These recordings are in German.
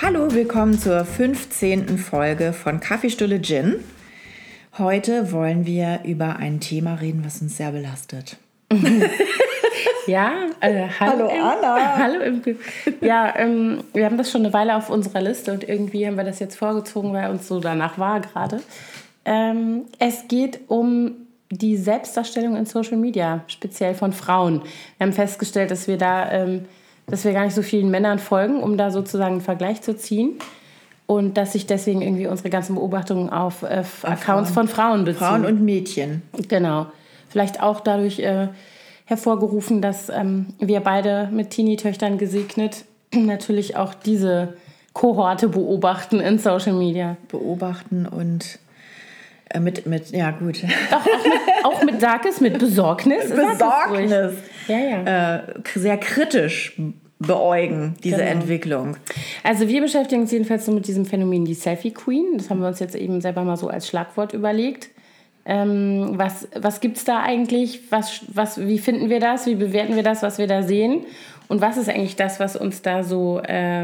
Hallo, willkommen zur 15. Folge von Kaffeestulle Gin. Heute wollen wir über ein Thema reden, was uns sehr belastet. Ja, hallo Anna. Hallo Imke. Ja, wir haben das schon eine Weile auf unserer Liste und irgendwie haben wir das jetzt vorgezogen, weil uns so danach war gerade. Es geht um die Selbstdarstellung in Social Media, speziell von Frauen. Wir haben festgestellt, dass wir da, dass wir gar nicht so vielen Männern folgen, um da sozusagen einen Vergleich zu ziehen. Und dass sich deswegen irgendwie unsere ganzen Beobachtungen auf Accounts von Frauen beziehen. Frauen und Mädchen. Genau. Vielleicht auch dadurch hervorgerufen, dass wir beide mit Teenie-Töchtern gesegnet natürlich auch diese Kohorte beobachten in Social Media. Beobachten und ja gut. Doch, auch mit Sarkis, mit Besorgnis. Besorgnis. Ja. Sehr kritisch beäugen, diese Entwicklung. Also wir beschäftigen uns jedenfalls so mit diesem Phänomen, die Selfie Queen. Das haben wir uns jetzt eben selber mal so als Schlagwort überlegt. Was gibt es da eigentlich? Wie finden wir das? Wie bewerten wir das, was wir da sehen? Und was ist eigentlich das, was uns da so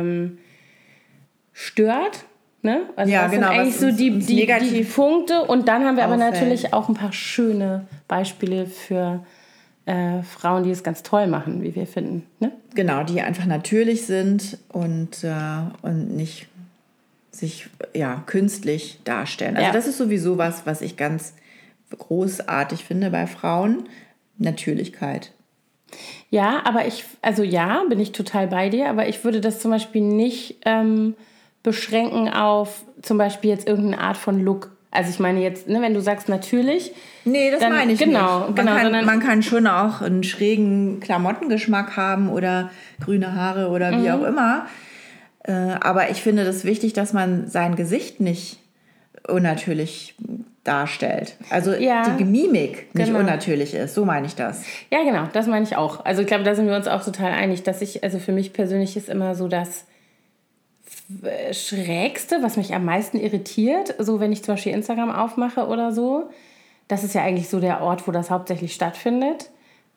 stört? Ne? Also ja, was genau. sind eigentlich so die Punkte? Und dann haben wir aber natürlich auch ein paar schöne Beispiele für Frauen, die es ganz toll machen, wie wir finden. Ne? Genau, die einfach natürlich sind und nicht sich künstlich darstellen. Also das ist sowieso was ich ganz großartig finde bei Frauen. Natürlichkeit. Ja, aber bin ich total bei dir, aber ich würde das zum Beispiel nicht beschränken auf zum Beispiel jetzt irgendeine Art von Look. Also ich meine jetzt, ne, wenn du sagst natürlich. Nee, das meine ich nicht. Genau. Man kann schon auch einen schrägen Klamottengeschmack haben oder grüne Haare oder wie auch immer. Aber ich finde das wichtig, dass man sein Gesicht nicht unnatürlich darstellt. Also die Mimik nicht unnatürlich ist. So meine ich das. Ja, genau, das meine ich auch. Also ich glaube, da sind wir uns auch total einig, dass für mich persönlich ist immer so das Schrägste, was mich am meisten irritiert, so wenn ich zum Beispiel Instagram aufmache oder so, das ist ja eigentlich so der Ort, wo das hauptsächlich stattfindet,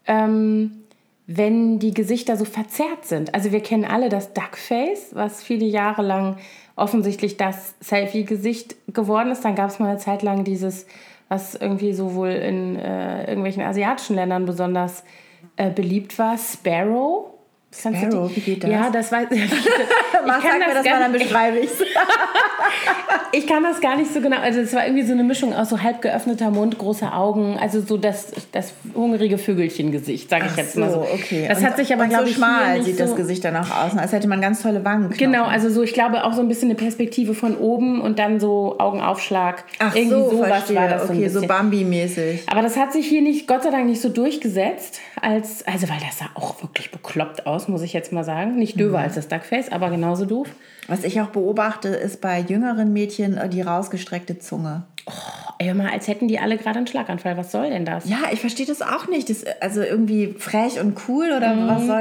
wenn die Gesichter so verzerrt sind. Also wir kennen alle das Duckface, was viele Jahre lang offensichtlich das Selfie-Gesicht geworden ist. Dann gab es mal eine Zeit lang dieses, was irgendwie so wohl in irgendwelchen asiatischen Ländern besonders beliebt war, Sparrow. Sparrow, wie geht das? Ja, das weiß ich. Sag mir das mal, dann beschreibe ich es. Ich kann das gar nicht so genau. Also es war irgendwie so eine Mischung aus so halb geöffneter Mund, große Augen, also so das hungrige Vögelchen-Gesicht, sage ich jetzt mal so. Okay. Das hat sich aber, glaube ich, so schmal nicht sieht das Gesicht dann auch aus, als hätte man ganz tolle Wangenknochen. Genau, also so, ich glaube auch so ein bisschen eine Perspektive von oben und dann so Augenaufschlag. Ach irgendwie so, sowas verstehe. war das okay, so Bambi-mäßig. Aber das hat sich hier nicht, Gott sei Dank, nicht so durchgesetzt, weil das sah auch wirklich bekloppt aus, muss ich jetzt mal sagen. Nicht döver als das Duckface, aber genauso doof. Was ich auch beobachte, ist bei jüngeren Mädchen die rausgestreckte Zunge. Oh, ey, mal, als hätten die alle gerade einen Schlaganfall. Was soll denn das? Ja, ich verstehe das auch nicht. Das, also irgendwie frech und cool oder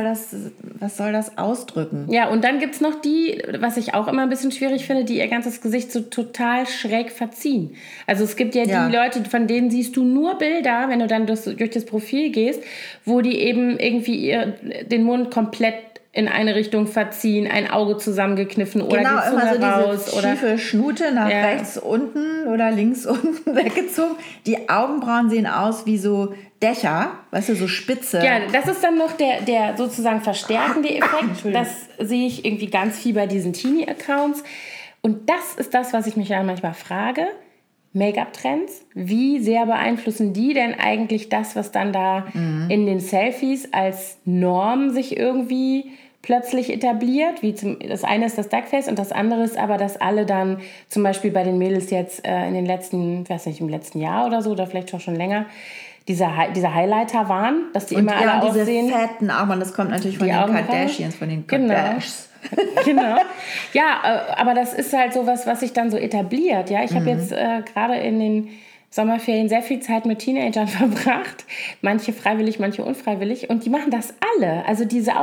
was soll das ausdrücken? Ja, und dann gibt es noch die, was ich auch immer ein bisschen schwierig finde, die ihr ganzes Gesicht so total schräg verziehen. Also es gibt ja die Leute, von denen siehst du nur Bilder, wenn du dann durch das Profil gehst, wo die eben irgendwie den Mund komplett in eine Richtung verziehen, ein Auge zusammengekniffen oder die Zunge immer so raus. Diese schiefe Schnute nach rechts unten oder links unten weggezogen. Die Augenbrauen sehen aus wie so Dächer, weißt du, so spitze. Ja, das ist dann noch der sozusagen verstärkende Effekt. Das sehe ich irgendwie ganz viel bei diesen Teenie-Accounts. Und das ist das, was ich mich dann manchmal frage. Make-up-Trends, wie sehr beeinflussen die denn eigentlich das, was dann da in den Selfies als Norm sich irgendwie plötzlich etabliert? Das eine ist das Duckface und das andere ist aber, dass alle dann zum Beispiel bei den Mädels jetzt in den letzten, im letzten Jahr oder so oder vielleicht auch schon länger, dieser Highlighter waren, dass die immer alle aussehen. Diese fetten Augen, das kommt natürlich von den Kardashians, von den Kardashians. Genau. Ja, aber das ist halt so was sich dann so etabliert. Ja, ich habe jetzt gerade in den Sommerferien sehr viel Zeit mit Teenagern verbracht. Manche freiwillig, manche unfreiwillig. Und die machen das alle. Also diese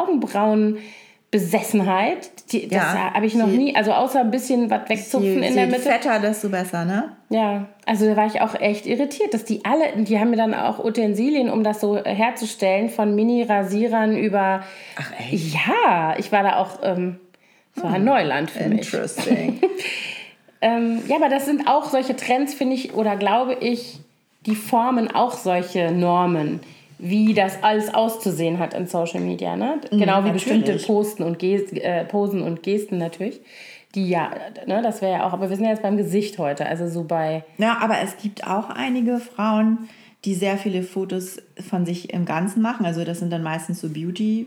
Augenbrauenbesessenheit, das habe ich noch nie, also außer ein bisschen was wegzupfen in der Mitte. Je fetter, desto besser, ne? Ja, also da war ich auch echt irritiert, dass die haben mir dann auch Utensilien, um das so herzustellen, von Mini-Rasierern über... Ach echt? Ja, ich war da auch Das war Neuland für mich. Interesting. Ja, aber das sind auch solche Trends, finde ich, oder glaube ich, die formen auch solche Normen, wie das alles auszusehen hat in Social Media. Ne? Genau wie bestimmte Posen und Gesten natürlich. Die ja, ne, das wäre ja auch, aber wir sind ja jetzt beim Gesicht heute, also so bei... Ja, aber es gibt auch einige Frauen, die sehr viele Fotos von sich im Ganzen machen. Also das sind dann meistens so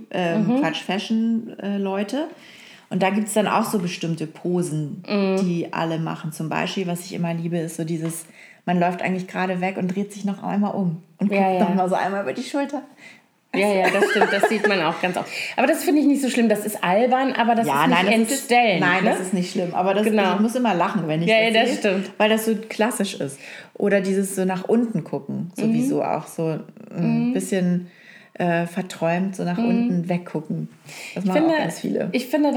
Fashion-Leute. Und da gibt es dann auch so bestimmte Posen, die alle machen. Zum Beispiel, was ich immer liebe, ist so dieses, man läuft eigentlich gerade weg und dreht sich noch einmal um und guckt noch mal so einmal über die Schulter. Ja, das stimmt, das sieht man auch ganz oft. Aber das finde ich nicht so schlimm, das ist albern, aber das ist nicht entstellend. Nein, das ist nicht schlimm, aber ich muss immer lachen, wenn ich das sehe, das stimmt. Weil das so klassisch ist. Oder dieses so nach unten gucken, sowieso auch so ein bisschen verträumt, so nach unten weggucken. Das machen auch ganz viele. Ich finde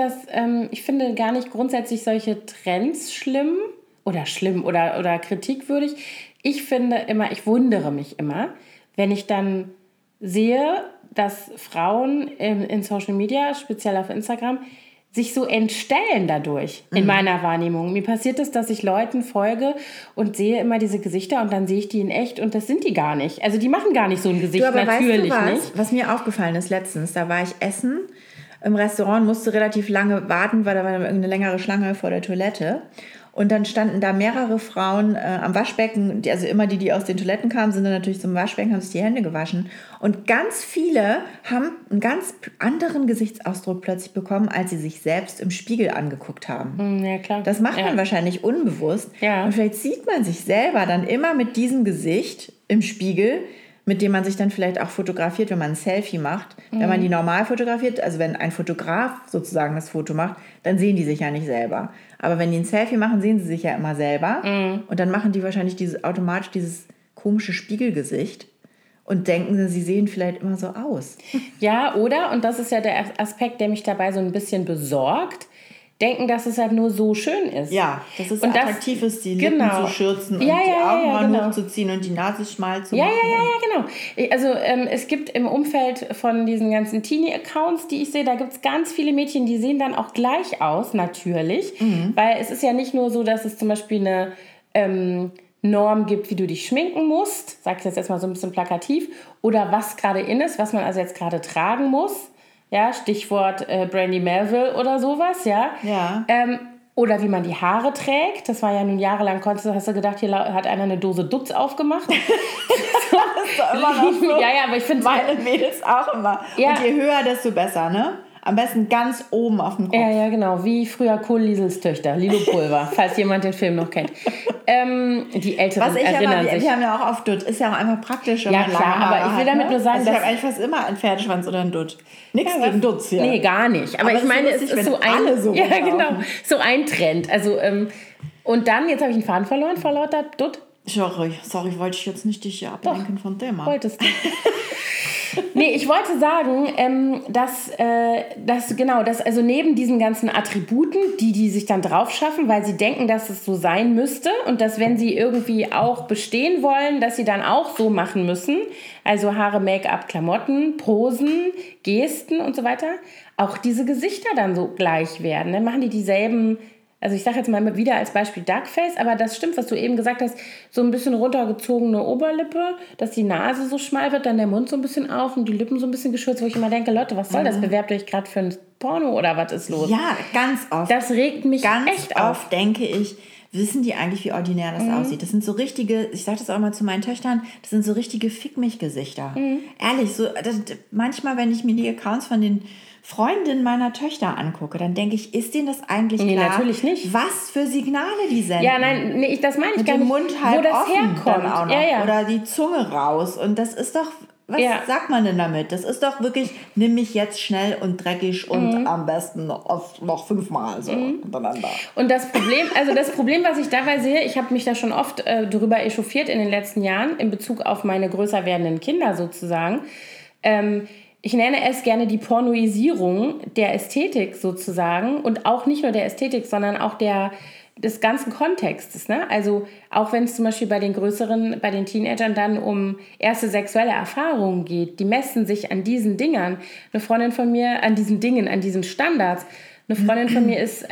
gar nicht grundsätzlich solche Trends schlimm oder kritikwürdig. Ich wundere mich immer, wenn ich dann sehe, dass Frauen in Social Media, speziell auf Instagram, sich so entstellen dadurch, in meiner Wahrnehmung. Mir passiert es, dass ich Leuten folge und sehe immer diese Gesichter und dann sehe ich die in echt und das sind die gar nicht. Also die machen gar nicht so ein Gesicht, natürlich nicht. Was mir aufgefallen ist letztens, da war ich essen im Restaurant, musste relativ lange warten, weil da war irgendeine längere Schlange vor der Toilette. Und dann standen da mehrere Frauen am Waschbecken, also immer die aus den Toiletten kamen, sind dann natürlich zum Waschbecken, haben sich die Hände gewaschen. Und ganz viele haben einen ganz anderen Gesichtsausdruck plötzlich bekommen, als sie sich selbst im Spiegel angeguckt haben. Ja, klar. Das macht man wahrscheinlich unbewusst. Ja. Und vielleicht sieht man sich selber dann immer mit diesem Gesicht im Spiegel, mit dem man sich dann vielleicht auch fotografiert, wenn man ein Selfie macht. Wenn man die normal fotografiert, also wenn ein Fotograf sozusagen das Foto macht, dann sehen die sich ja nicht selber. Aber wenn die ein Selfie machen, sehen sie sich ja immer selber. Und dann machen die wahrscheinlich automatisch dieses komische Spiegelgesicht und denken, sie sehen vielleicht immer so aus. Ja, oder, und das ist ja der Aspekt, der mich dabei so ein bisschen besorgt, denken, dass es halt nur so schön ist. Ja, dass es attraktiv ist, die Lippen zu schürzen und die Augenbrauen hochzuziehen und die Nase schmal zu machen. Genau. Also es gibt im Umfeld von diesen ganzen Teenie-Accounts, die ich sehe, da gibt es ganz viele Mädchen, die sehen dann auch gleich aus, natürlich. Weil es ist ja nicht nur so, dass es zum Beispiel eine Norm gibt, wie du dich schminken musst, sag ich jetzt mal so ein bisschen plakativ, oder was gerade in ist, was man also jetzt gerade tragen muss. Ja, Stichwort Brandy Melville oder sowas, ja. Oder wie man die Haare trägt. Das war ja nun jahrelang, hast du gedacht, hier hat einer eine Dose Dutz aufgemacht. Das ist doch immer noch so. Ja, aber ich finde meine Mädels auch immer. Ja. Und je höher, desto besser, ne? Am besten ganz oben auf dem Kopf. Ja, genau. Wie früher Kohl Liesels Töchter, Lilo Pulver, falls jemand den Film noch kennt. Die Älteren erinnern sich. Wir haben ja auch oft Dutt. Ist ja auch einfach praktisch, wenn man lange Haare aber ich will damit nur sagen, also ich habe eigentlich fast immer einen Pferdeschwanz oder einen Dutt. Nichts gegen Dutz hier. Nee, gar nicht. Aber ich meine, es ist so so ein Trend. Also, und dann, jetzt habe ich einen Faden verloren vor lauter Dutt. Sorry, wollte ich jetzt nicht dich hier ablenken von Thema. Wolltest du. Nee, ich wollte sagen, dass also neben diesen ganzen Attributen, die sich dann drauf schaffen, weil sie denken, dass es so sein müsste und dass, wenn sie irgendwie auch bestehen wollen, dass sie dann auch so machen müssen, also Haare, Make-up, Klamotten, Posen, Gesten und so weiter, auch diese Gesichter dann so gleich werden. Dann machen die dieselben. Also ich sage jetzt mal wieder als Beispiel Duckface, aber das stimmt, was du eben gesagt hast, so ein bisschen runtergezogene Oberlippe, dass die Nase so schmal wird, dann der Mund so ein bisschen auf und die Lippen so ein bisschen geschürzt, wo ich immer denke, Leute, was soll das? Bewerbt euch gerade für ein Porno oder was ist los? Ja, ganz oft. Das regt mich echt auf. Ganz oft denke ich, wissen die eigentlich, wie ordinär das aussieht? Das sind so richtige, ich sage das auch mal zu meinen Töchtern, das sind so richtige Fick-mich-Gesichter. Ehrlich, manchmal, wenn ich mir die Accounts von den Freundin meiner Töchter angucke, dann denke ich, ist denen das eigentlich klar? Nee, natürlich nicht. Was für Signale die senden? Ja, nein, das meine ich mit gar nicht. Mit dem Mund halb wo das offen herkommt. Dann auch noch. Ja. Oder die Zunge raus. Und das ist doch, was sagt man denn damit? Das ist doch wirklich, nimm mich jetzt schnell und dreckig und am besten noch 5-mal so untereinander. Und das Problem, was ich dabei sehe, ich habe mich da schon oft darüber echauffiert in den letzten Jahren, in Bezug auf meine größer werdenden Kinder sozusagen, ich nenne es gerne die Pornoisierung der Ästhetik sozusagen und auch nicht nur der Ästhetik, sondern auch des ganzen Kontextes. Ne? Also auch wenn es zum Beispiel bei den Teenagern dann um erste sexuelle Erfahrungen geht, die messen sich an diesen Dingern. Eine Freundin von mir an diesen Dingen, an diesen Standards. Eine Freundin von mir ist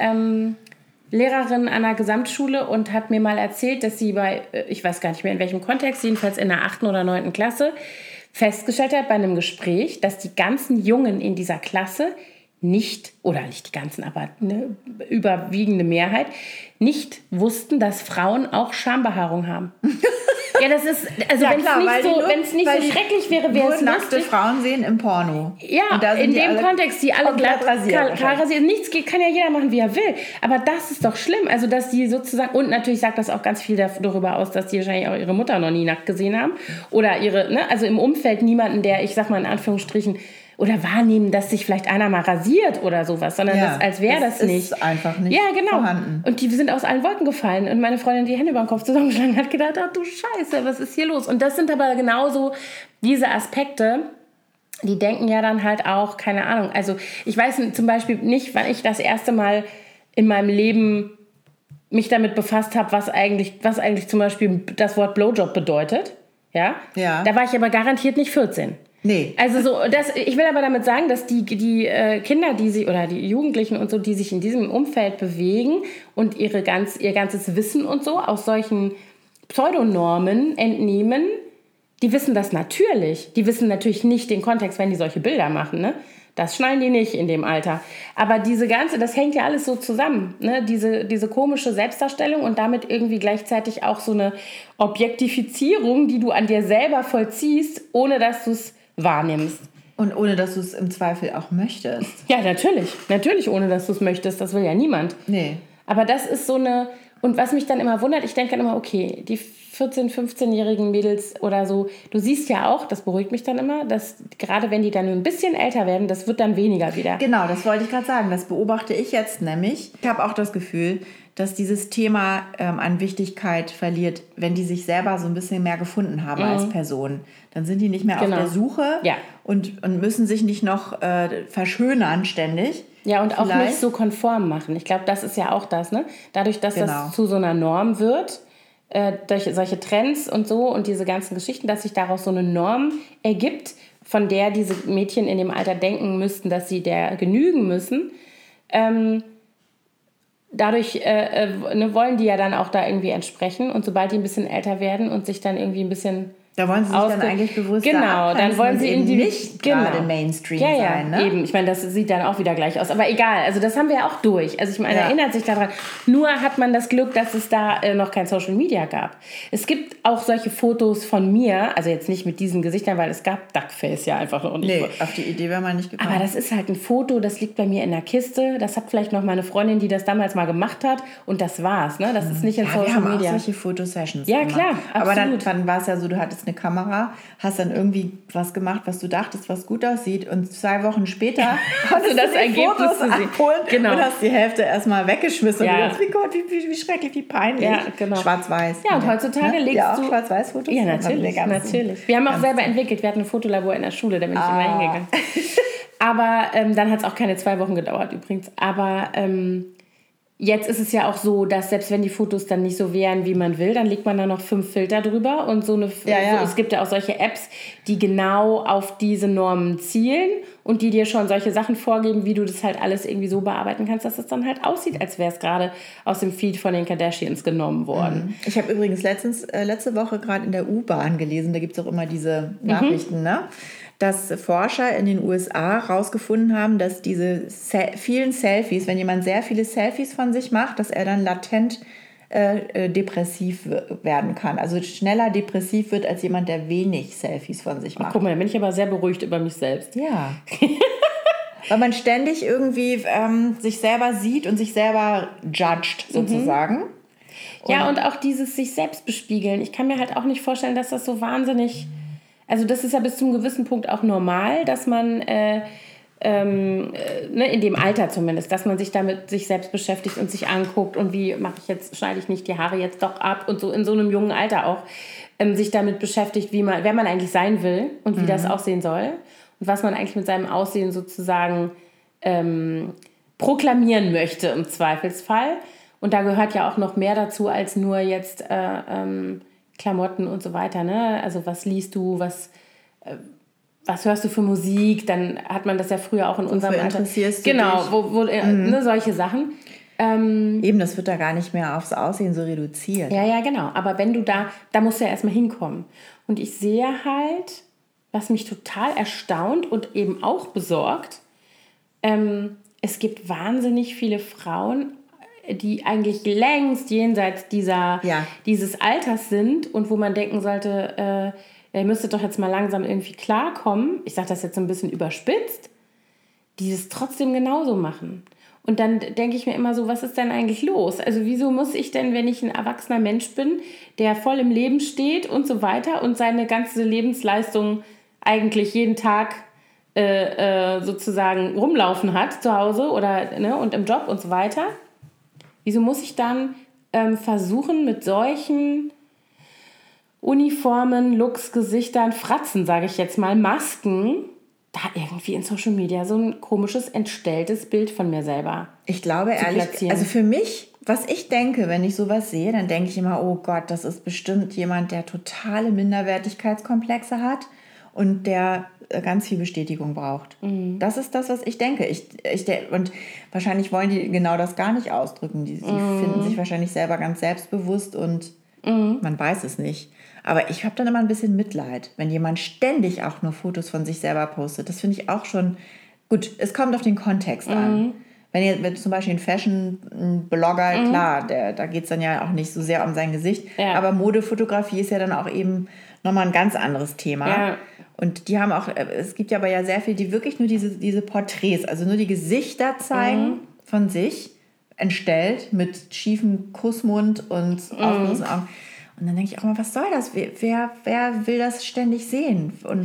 Lehrerin an einer Gesamtschule und hat mir mal erzählt, dass sie ich weiß gar nicht mehr in welchem Kontext, jedenfalls in der 8. oder 9. Klasse, festgestellt hat bei einem Gespräch, dass die ganzen Jungen in dieser Klasse nicht die ganzen, aber eine überwiegende Mehrheit, nicht wussten, dass Frauen auch Schambehaarung haben. Ja, das ist, also wenn es nicht so schrecklich wäre, wäre es nackte Frauen sehen im Porno. Ja, in dem Kontext, die alle glatt rasiert. Nichts geht, kann ja jeder machen, wie er will. Aber das ist doch schlimm. Also, dass die sozusagen, und natürlich sagt das auch ganz viel darüber aus, dass die wahrscheinlich auch ihre Mutter noch nie nackt gesehen haben. Oder also im Umfeld niemanden, der, ich sag mal in Anführungsstrichen, oder wahrnehmen, dass sich vielleicht einer mal rasiert oder sowas, sondern als wäre das nicht. Das ist einfach nicht vorhanden. Und die sind aus allen Wolken gefallen. Und meine Freundin die Hände über den Kopf zusammengeschlagen hat gedacht, ach du Scheiße, was ist hier los? Und das sind aber genauso diese Aspekte, die denken ja dann halt auch, keine Ahnung, also ich weiß zum Beispiel nicht, wann ich das erste Mal in meinem Leben mich damit befasst habe, was eigentlich zum Beispiel das Wort Blowjob bedeutet. Ja? Da war ich aber garantiert nicht 14. Nee. Also ich will aber damit sagen, dass die Kinder, oder die Jugendlichen und so, die sich in diesem Umfeld bewegen und ihr ganzes Wissen und so aus solchen Pseudonormen entnehmen, die wissen das natürlich. Die wissen natürlich nicht den Kontext, wenn die solche Bilder machen, ne? Das schnallen die nicht in dem Alter. Aber das hängt ja alles so zusammen, ne? Diese komische Selbstdarstellung und damit irgendwie gleichzeitig auch so eine Objektifizierung, die du an dir selber vollziehst, ohne dass du es wahrnimmst. Und ohne, dass du es im Zweifel auch möchtest. Ja, natürlich. Natürlich, ohne, dass du es möchtest. Das will ja niemand. Nee. Aber das ist so eine... Und was mich dann immer wundert, ich denke dann immer, okay, die 14-, 15-jährigen Mädels oder so, du siehst ja auch, das beruhigt mich dann immer, dass gerade wenn die dann ein bisschen älter werden, das wird dann weniger wieder. Genau, das wollte ich gerade sagen. Das beobachte ich jetzt nämlich. Ich habe auch das Gefühl, dass dieses Thema an Wichtigkeit verliert, wenn die sich selber so ein bisschen mehr gefunden haben als Person. Dann sind die nicht mehr auf der Suche und müssen sich nicht noch verschönern ständig. Ja, und auch nicht so konform machen. Ich glaube, das ist ja auch das, ne? Dadurch, dass das zu so einer Norm wird, durch solche Trends und so und diese ganzen Geschichten, dass sich daraus so eine Norm ergibt, von der diese Mädchen in dem Alter denken müssten, dass sie der genügen müssen. Dadurch wollen die ja dann auch da irgendwie entsprechen. Und sobald die ein bisschen älter werden und sich dann irgendwie ein bisschen... Da wollen sie sich dann eigentlich bewusst dann wollen sie eben nicht gerade Mainstream sein. Ne? Eben. Ich meine, das sieht dann auch wieder gleich aus. Aber egal, also das haben wir ja auch durch. Also ich meine, erinnert sich daran. Nur hat man das Glück, dass es da noch kein Social Media gab. Es gibt auch solche Fotos von mir, also jetzt nicht mit diesen Gesichtern, weil es gab Duckface ja einfach noch nicht. Nee, auf die Idee wäre man nicht gekommen. Aber das ist halt ein Foto, das liegt bei mir in der Kiste. Das hat vielleicht noch meine Freundin, die das damals mal gemacht hat. Und das war's. Ne? Das ist nicht in Social Media. Wir haben auch solche Fotosessions gemacht. Klar, absolut. Aber dann war es ja so, du hattest eine Kamera, hast dann irgendwie was gemacht, was du dachtest, was gut aussieht und 2 Wochen später hast du das Ergebnis abholen und hast die Hälfte erstmal weggeschmissen und du dachtest, wie schrecklich, wie peinlich. Ja, genau. Schwarz-Weiß. Ja, und heutzutage legst du... auch Schwarz-Weiß-Fotos? Ja, natürlich. Wir haben auch selber entwickelt. Wir hatten ein Fotolabor in der Schule, da bin ich immer hingegangen. Aber dann hat es auch keine 2 Wochen gedauert übrigens. Aber... jetzt ist es ja auch so, dass selbst wenn die Fotos dann nicht so wären, wie man will, dann legt man da noch 5 Filter drüber und es gibt ja auch solche Apps, die genau auf diese Normen zielen und die dir schon solche Sachen vorgeben, wie du das halt alles irgendwie so bearbeiten kannst, dass es dann halt aussieht, als wäre es gerade aus dem Feed von den Kardashians genommen worden. Ich habe übrigens letzte Woche gerade in der U-Bahn gelesen, da gibt es auch immer diese Nachrichten, ne? Dass Forscher in den USA herausgefunden haben, dass diese vielen Selfies, wenn jemand sehr viele Selfies von sich macht, dass er dann latent depressiv werden kann. Also schneller depressiv wird als jemand, der wenig Selfies von sich macht. Ach, guck mal, da bin ich aber sehr beruhigt über mich selbst. Ja. Weil man ständig irgendwie sich selber sieht und sich selber judgt, sozusagen. Ja, und auch dieses sich selbst bespiegeln. Ich kann mir halt auch nicht vorstellen, dass das so wahnsinnig... Also das ist ja bis zu einem gewissen Punkt auch normal, dass man, in dem Alter zumindest, dass man sich damit sich selbst beschäftigt und sich anguckt und wie schneide ich nicht die Haare jetzt doch ab und so in so einem jungen Alter auch sich damit beschäftigt, wer man eigentlich sein will und wie das aussehen soll und was man eigentlich mit seinem Aussehen sozusagen proklamieren möchte im Zweifelsfall. Und da gehört ja auch noch mehr dazu als nur jetzt... Klamotten und so weiter, ne? Also was liest du, was hörst du für Musik? Dann hat man das ja früher auch in unserem Alter. Interessierst du genau, dich? Ne, solche Sachen. Eben, das wird da gar nicht mehr aufs Aussehen so reduziert. Ja, genau. Aber wenn du da musst du ja erstmal hinkommen. Und ich sehe halt, was mich total erstaunt und eben auch besorgt, es gibt wahnsinnig viele Frauen, die eigentlich längst jenseits dieses Alters sind und wo man denken sollte, ihr müsstet doch jetzt mal langsam irgendwie klarkommen. Ich sage das jetzt so ein bisschen überspitzt, die es trotzdem genauso machen. Und dann denke ich mir immer so, was ist denn eigentlich los? Also wieso muss ich denn, wenn ich ein erwachsener Mensch bin, der voll im Leben steht und so weiter und seine ganze Lebensleistung eigentlich jeden Tag sozusagen rumlaufen hat zu Hause oder und im Job und so weiter, wieso muss ich dann versuchen, mit solchen Uniformen, Looks, Gesichtern, Fratzen, sage ich jetzt mal, Masken, da irgendwie in Social Media so ein komisches, entstelltes Bild von mir selber ich glaube ehrlich, also für mich, was ich denke, wenn ich sowas sehe, dann denke ich immer, oh Gott, das ist bestimmt jemand, der totale Minderwertigkeitskomplexe hat und der ganz viel Bestätigung braucht. Das ist das, was ich denke. Und wahrscheinlich wollen die genau das gar nicht ausdrücken. Sie finden sich wahrscheinlich selber ganz selbstbewusst und man weiß es nicht. Aber ich habe dann immer ein bisschen Mitleid, wenn jemand ständig auch nur Fotos von sich selber postet. Das finde ich auch schon gut. Es kommt auf den Kontext an. Wenn zum Beispiel ein Fashion-Blogger, klar, da geht es dann ja auch nicht so sehr um sein Gesicht. Ja. Aber Modefotografie ist ja dann auch eben nochmal ein ganz anderes Thema. Ja. Und die haben auch, es gibt ja aber ja sehr viel, die wirklich nur diese Porträts, also nur die Gesichter zeigen von sich, entstellt mit schiefem Kussmund und aufgerissenen Augen. Und dann denke ich auch mal, was soll das? Wer will das ständig sehen? Und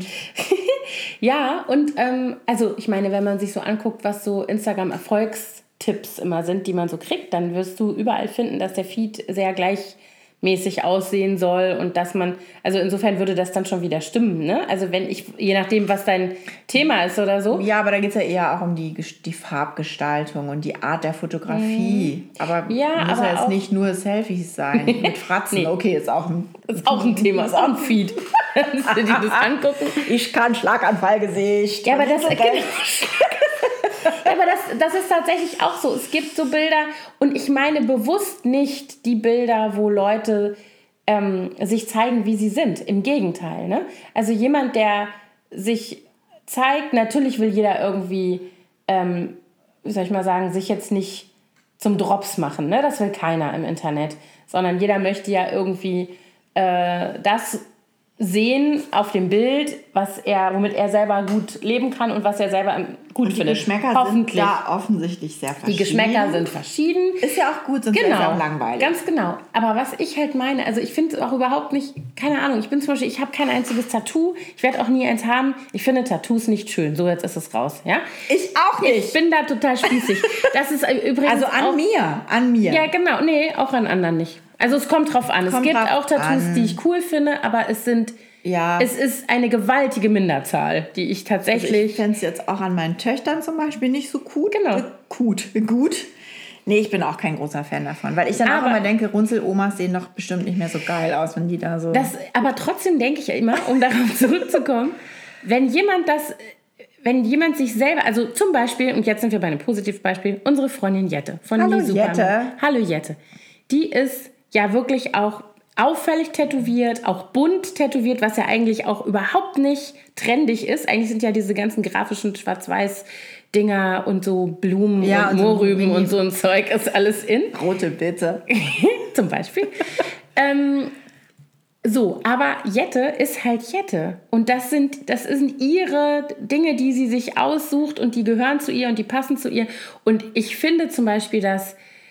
ja, und also ich meine, wenn man sich so anguckt, was so Instagram-Erfolgstipps immer sind, die man so kriegt, dann wirst du überall finden, dass der Feed sehr gleichmäßig aussehen soll und dass man, also insofern würde das dann schon wieder stimmen, ne? Also wenn je nachdem, was dein Thema ist oder so. Ja, aber da geht es ja eher auch um die Farbgestaltung und die Art der Fotografie. Aber muss ja jetzt nicht nur Selfies sein mit Fratzen. Nee. Okay, ist auch ein Thema, ist auch ein Feed. Die das angucken. Ich kann Schlaganfallgesicht. Ja, aber das ist tatsächlich auch so. Es gibt so Bilder und ich meine bewusst nicht die Bilder, wo Leute sich zeigen, wie sie sind. Im Gegenteil. Ne? Also jemand, der sich zeigt, natürlich will jeder irgendwie, wie soll ich mal sagen, sich jetzt nicht zum Drops machen. Ne? Das will keiner im Internet. Sondern jeder möchte ja irgendwie das sehen auf dem Bild, womit er selber gut leben kann und was er selber gut findet. Die Geschmäcker sind da offensichtlich sehr verschieden. Die Geschmäcker sind verschieden. Ist ja auch gut, sonst wäre es auch langweilig. Ganz genau. Aber was ich halt meine, also ich finde es auch überhaupt nicht, keine Ahnung, ich habe kein einziges Tattoo, ich werde auch nie eins haben. Ich finde Tattoos nicht schön. So, jetzt ist es raus. Ja? Ich auch nicht. Ich bin da total spießig. Das ist übrigens also an mir. Ja, genau. Nee, auch an anderen nicht. Also es kommt drauf an. Es gibt auch Tattoos, die ich cool finde, aber es ist eine gewaltige Minderzahl, die ich tatsächlich... Also ich fände es jetzt auch an meinen Töchtern zum Beispiel nicht so gut. Genau. Gut. Nee, ich bin auch kein großer Fan davon, weil ich dann auch immer denke, Runzel-Omas sehen doch bestimmt nicht mehr so geil aus, wenn die da so... Aber trotzdem denke ich ja immer, um darauf zurückzukommen, wenn jemand sich selber, also zum Beispiel, und jetzt sind wir bei einem Positivbeispiel, unsere Freundin Jette von Hallo Jette. Hallo Jette. Die ist ja wirklich auch auffällig tätowiert, auch bunt tätowiert, was ja eigentlich auch überhaupt nicht trendig ist. Eigentlich sind ja diese ganzen grafischen Schwarz-Weiß-Dinger und so Blumen und Mohrrüben und so ein Zeug ist alles in. Rote Bitte. Zum Beispiel. Aber Jette ist halt Jette. Und das sind ihre Dinge, die sie sich aussucht und die gehören zu ihr und die passen zu ihr. Und ich finde zum Beispiel, dass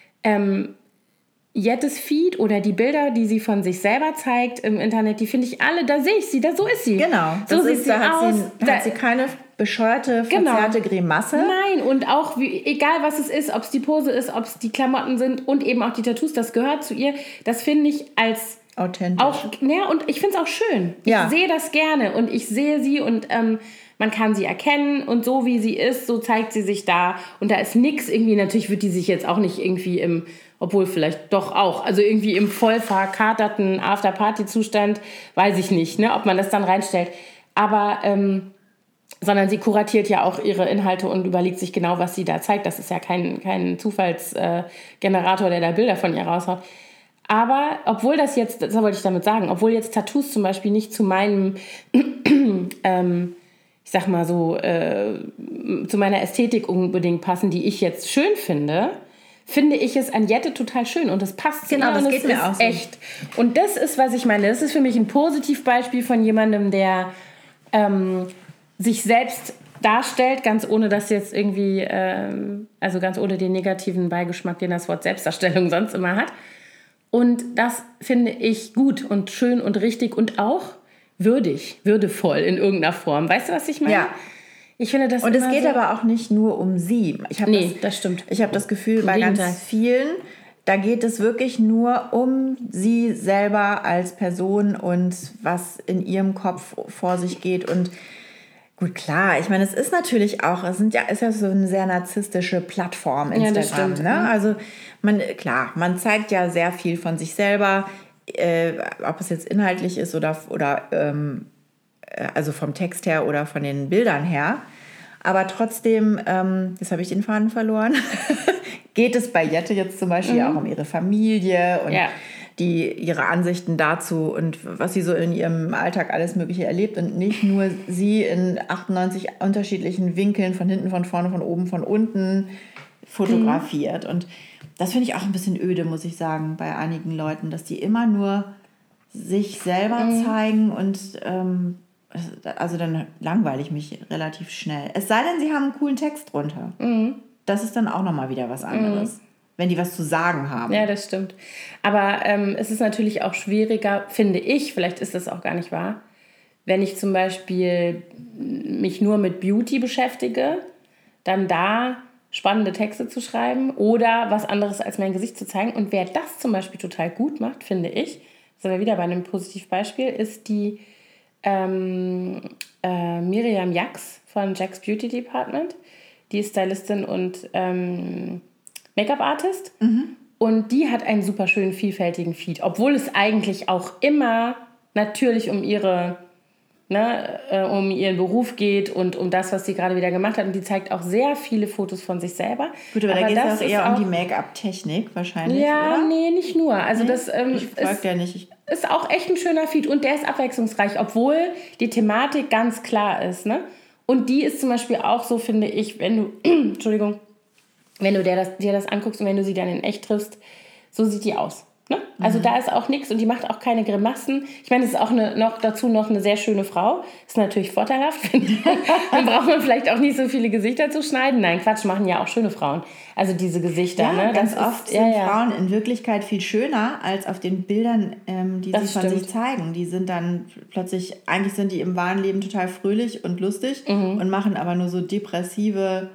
Jettes Feed oder die Bilder, die sie von sich selber zeigt im Internet, die finde ich alle, da sehe ich sie, so ist sie. Genau. So sieht sie aus. Da hat sie keine bescheuerte, verzerrte Grimasse. Nein, und auch, egal was es ist, ob es die Pose ist, ob es die Klamotten sind und eben auch die Tattoos, das gehört zu ihr. Das finde ich als... authentisch. Und ich finde es auch schön. Ja. Ich sehe das gerne und ich sehe sie und man kann sie erkennen und so wie sie ist, so zeigt sie sich da. Und da ist nichts irgendwie, natürlich wird die sich jetzt auch nicht irgendwie obwohl vielleicht doch auch, also irgendwie im voll verkaterten After-Party-Zustand, weiß ich nicht, ne, ob man das dann reinstellt. Aber sondern sie kuratiert ja auch ihre Inhalte und überlegt sich genau, was sie da zeigt. Das ist ja kein Zufallsgenerator, der da Bilder von ihr raushaut. Aber obwohl das wollte ich damit sagen, obwohl jetzt Tattoos zum Beispiel nicht zu meinem, ich sag mal so, zu meiner Ästhetik unbedingt passen, die ich jetzt schön finde ich es an Jette total schön und das passt. Genau, das geht mir auch so. Echt. Und das ist, was ich meine. Das ist für mich ein Positivbeispiel von jemandem, der sich selbst darstellt, ganz ohne das jetzt irgendwie, also ganz ohne den negativen Beigeschmack, den das Wort Selbstdarstellung sonst immer hat. Und das finde ich gut und schön und richtig und auch würdevoll in irgendeiner Form. Weißt du, was ich meine? Ja. Ich finde das. Und es geht aber auch nicht nur um sie. Das stimmt. Ich habe das Gefühl, bei ganz vielen, da geht es wirklich nur um sie selber als Person und was in ihrem Kopf vor sich geht. Und gut, klar, ich meine, es ist natürlich auch, ist ja so eine sehr narzisstische Plattform, Instagram. Ja, das stimmt. Ne? Also man zeigt ja sehr viel von sich selber, ob es jetzt inhaltlich ist oder also vom Text her oder von den Bildern her. Aber trotzdem, jetzt habe ich den Faden verloren, geht es bei Jette jetzt zum Beispiel auch um ihre Familie und ihre Ansichten dazu und was sie so in ihrem Alltag alles Mögliche erlebt und nicht nur sie in 98 unterschiedlichen Winkeln von hinten, von vorne, von oben, von unten fotografiert. Und das finde ich auch ein bisschen öde, muss ich sagen, bei einigen Leuten, dass die immer nur sich selber zeigen und also dann langweile ich mich relativ schnell. Es sei denn, sie haben einen coolen Text drunter. Das ist dann auch nochmal wieder was anderes. Wenn die was zu sagen haben. Ja, das stimmt. Aber es ist natürlich auch schwieriger, finde ich, vielleicht ist das auch gar nicht wahr, wenn ich zum Beispiel mich nur mit Beauty beschäftige, dann da spannende Texte zu schreiben oder was anderes als mein Gesicht zu zeigen. Und wer das zum Beispiel total gut macht, finde ich, sind wir wieder bei einem Positivbeispiel, ist die Miriam Jax von Jack's Beauty Department. Die ist Stylistin und Make-up-Artist. Und die hat einen super schönen, vielfältigen Feed. Obwohl es eigentlich auch immer natürlich um ihren Beruf geht und um das, was sie gerade wieder gemacht hat. Und die zeigt auch sehr viele Fotos von sich selber. Gut, aber da geht es auch eher um die Make-up-Technik wahrscheinlich, ja, oder? Nee, nicht nur. Also nee? Das ich frag ja nicht. Ist auch echt ein schöner Feed und der ist abwechslungsreich, obwohl die Thematik ganz klar ist. Ne? Und die ist zum Beispiel auch so, finde ich, wenn du, wenn du dir das anguckst und wenn du sie dann in echt triffst, so sieht die aus. Ne? Also da ist auch nichts und die macht auch keine Grimassen. Ich meine, es ist auch dazu noch eine sehr schöne Frau. Ist natürlich vorteilhaft. Dann braucht man vielleicht auch nicht so viele Gesichter zu schneiden. Nein, Quatsch, machen ja auch schöne Frauen. Also diese Gesichter. Ja, ne? Ganz oft sind Frauen in Wirklichkeit viel schöner als auf den Bildern, die sie von sich zeigen. Die sind dann plötzlich, eigentlich sind die im wahren Leben total fröhlich und lustig und machen aber nur so depressive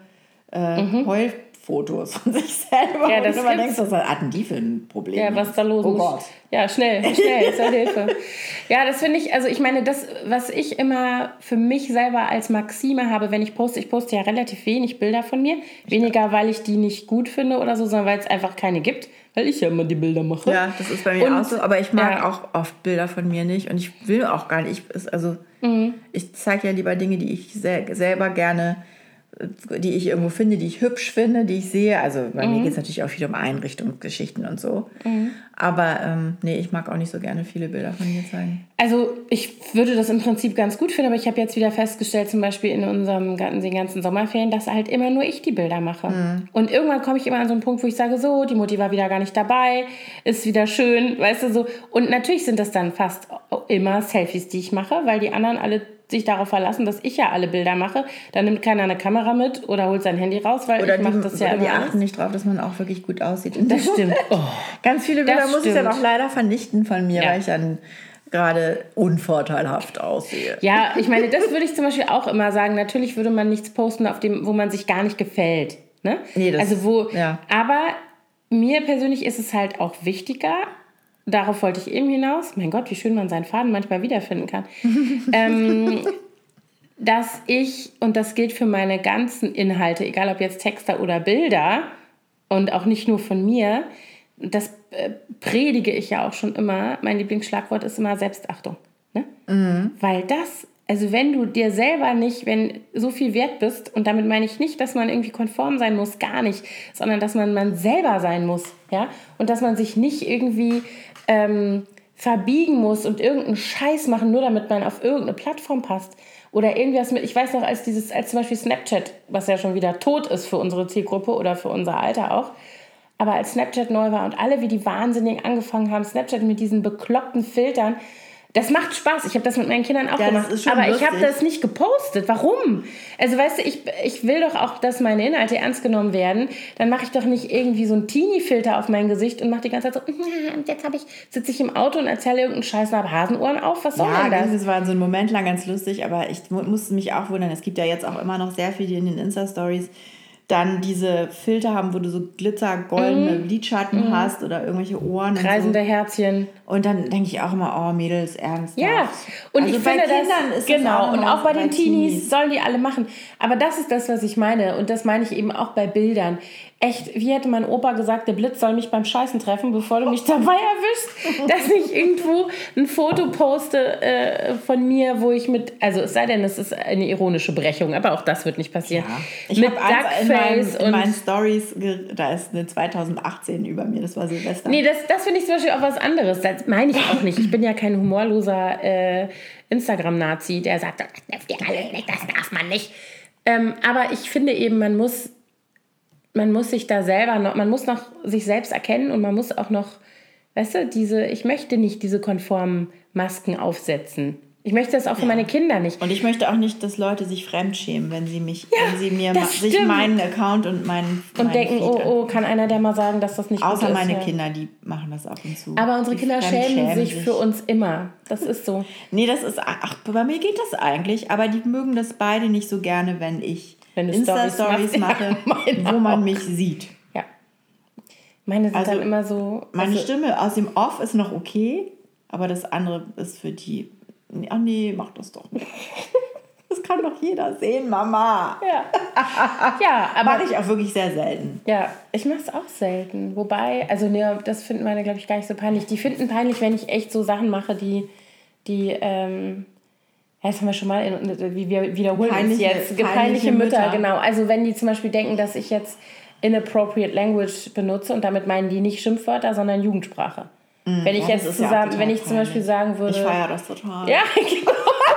Heulfotos von sich selber. Ja, das und man denkt, was hatten die für ein Problem? Ja, was da los ist. Oh Gott. Ja, schnell, zur Hilfe. Ja, das finde ich, also ich meine, das, was ich immer für mich selber als Maxime habe, wenn ich poste ja relativ wenig Bilder von mir. Weniger, weil ich die nicht gut finde oder so, sondern weil es einfach keine gibt. Weil ich ja immer die Bilder mache. Ja, das ist bei mir auch so. Aber ich mag auch oft Bilder von mir nicht. Und ich will auch gar nicht. Ich zeige ja lieber Dinge, die ich selber gerne, die ich irgendwo finde, die ich hübsch finde, die ich sehe. Also bei mir geht es natürlich auch viel um Einrichtungsgeschichten und so. Aber ich mag auch nicht so gerne viele Bilder von mir zeigen. Also ich würde das im Prinzip ganz gut finden, aber ich habe jetzt wieder festgestellt, zum Beispiel in den ganzen Sommerferien, dass halt immer nur ich die Bilder mache. Und irgendwann komme ich immer an so einen Punkt, wo ich sage, so, die Mutti war wieder gar nicht dabei, ist wieder schön, weißt du, so. Und natürlich sind das dann fast immer Selfies, die ich mache, weil die anderen alle sich darauf verlassen, dass ich ja alle Bilder mache. Dann nimmt keiner eine Kamera mit oder holt sein Handy raus, weil ich mache das ja immer. Die achten nicht drauf, dass man auch wirklich gut aussieht. Das stimmt. Oh, ganz viele Bilder muss ich dann auch leider vernichten von mir, weil ich dann gerade unvorteilhaft aussehe. Ja, ich meine, das würde ich zum Beispiel auch immer sagen. Natürlich würde man nichts posten, wo man sich gar nicht gefällt. Ne? Nee, aber mir persönlich ist es halt auch wichtiger, darauf wollte ich eben hinaus, mein Gott, wie schön man seinen Faden manchmal wiederfinden kann, dass ich, und das gilt für meine ganzen Inhalte, egal ob jetzt Texte oder Bilder und auch nicht nur von mir, das predige ich ja auch schon immer, mein Lieblingsschlagwort ist immer Selbstachtung. Ne? Weil das Also wenn du dir selber nicht, wenn so viel wert bist, und damit meine ich nicht, dass man irgendwie konform sein muss, gar nicht, sondern dass man selber sein muss, ja, und dass man sich nicht irgendwie verbiegen muss und irgendeinen Scheiß machen, nur damit man auf irgendeine Plattform passt. Oder irgendwas mit, ich weiß noch, als zum Beispiel Snapchat, was ja schon wieder tot ist für unsere Zielgruppe oder für unser Alter auch, aber als Snapchat neu war und alle wie die Wahnsinnigen angefangen haben, Snapchat mit diesen bekloppten Filtern, das macht Spaß. Ich habe das mit meinen Kindern auch gemacht. Aber lustig. Ich habe das nicht gepostet. Warum? Also weißt du, ich will doch auch, dass meine Inhalte ernst genommen werden. Dann mache ich doch nicht irgendwie so einen Teenie-Filter auf mein Gesicht und mache die ganze Zeit so, und jetzt sitze ich im Auto und erzähle irgendeinen Scheiß und habe Hasenohren auf. Was soll denn das? Das war so ein Moment lang ganz lustig, aber ich musste mich auch wundern. Es gibt ja jetzt auch immer noch sehr viele in den Insta-Stories, dann diese Filter haben, wo du so glitzergoldene Lidschatten hast oder irgendwelche Ohren. Kreisende und so. Herzchen. Und dann denke ich auch immer, oh Mädels, ernsthaft. Ja, und also ich finde Kindern ist genau, das und auch bei den Teenies sollen die alle machen. Aber das ist das, was ich meine. Und das meine ich eben auch bei Bildern. Echt, wie hätte mein Opa gesagt, der Blitz soll mich beim Scheißen treffen, bevor du mich dabei erwischst, dass ich irgendwo ein Foto poste von mir, wo ich also es sei denn, es ist eine ironische Brechung, aber auch das wird nicht passieren. Ja. Ich habe in meinen Stories, da ist eine 2018 über mir, das war Silvester. Nee, das finde ich zum Beispiel auch was anderes. Das meine ich auch nicht. Ich bin ja kein humorloser Instagram-Nazi, der sagt, das darf dir alles nicht, das darf man nicht. Aber ich finde eben, man muss sich da selber noch, man muss noch sich selbst erkennen und man muss auch noch, weißt du, ich möchte nicht diese konformen Masken aufsetzen. Ich möchte das auch für meine Kinder nicht. Und ich möchte auch nicht, dass Leute sich fremdschämen, wenn sie sich meinen Account und meinen und denken, oh, kann einer der mal sagen, dass das nicht gut ist. Außer meine Kinder, die machen das ab und zu. Aber unsere Kinder schämen sich für uns immer. Das ist so. Nee, bei mir geht das eigentlich, aber die mögen das beide nicht so gerne, wenn ich Insta-Stories mache, wo man mich sieht. Ja. Meine sind dann immer so... Meine Stimme aus dem Off ist noch okay, aber das andere ist für die... Ach nee, mach das doch nicht. Das kann doch jeder sehen, Mama. Ja, aber... Mache ich auch wirklich sehr selten. Ja, ich mache es auch selten. Wobei, also ne, das finden meine, glaube ich, gar nicht so peinlich. Die finden peinlich, wenn ich echt so Sachen mache, die das haben wir schon mal, wir wiederholen uns jetzt. Peinliche Mütter, genau. Also wenn die zum Beispiel denken, dass ich jetzt inappropriate language benutze und damit meinen die nicht Schimpfwörter, sondern Jugendsprache. Wenn ich jetzt zum Beispiel sagen würde... Ich feiere das total. Ja, genau.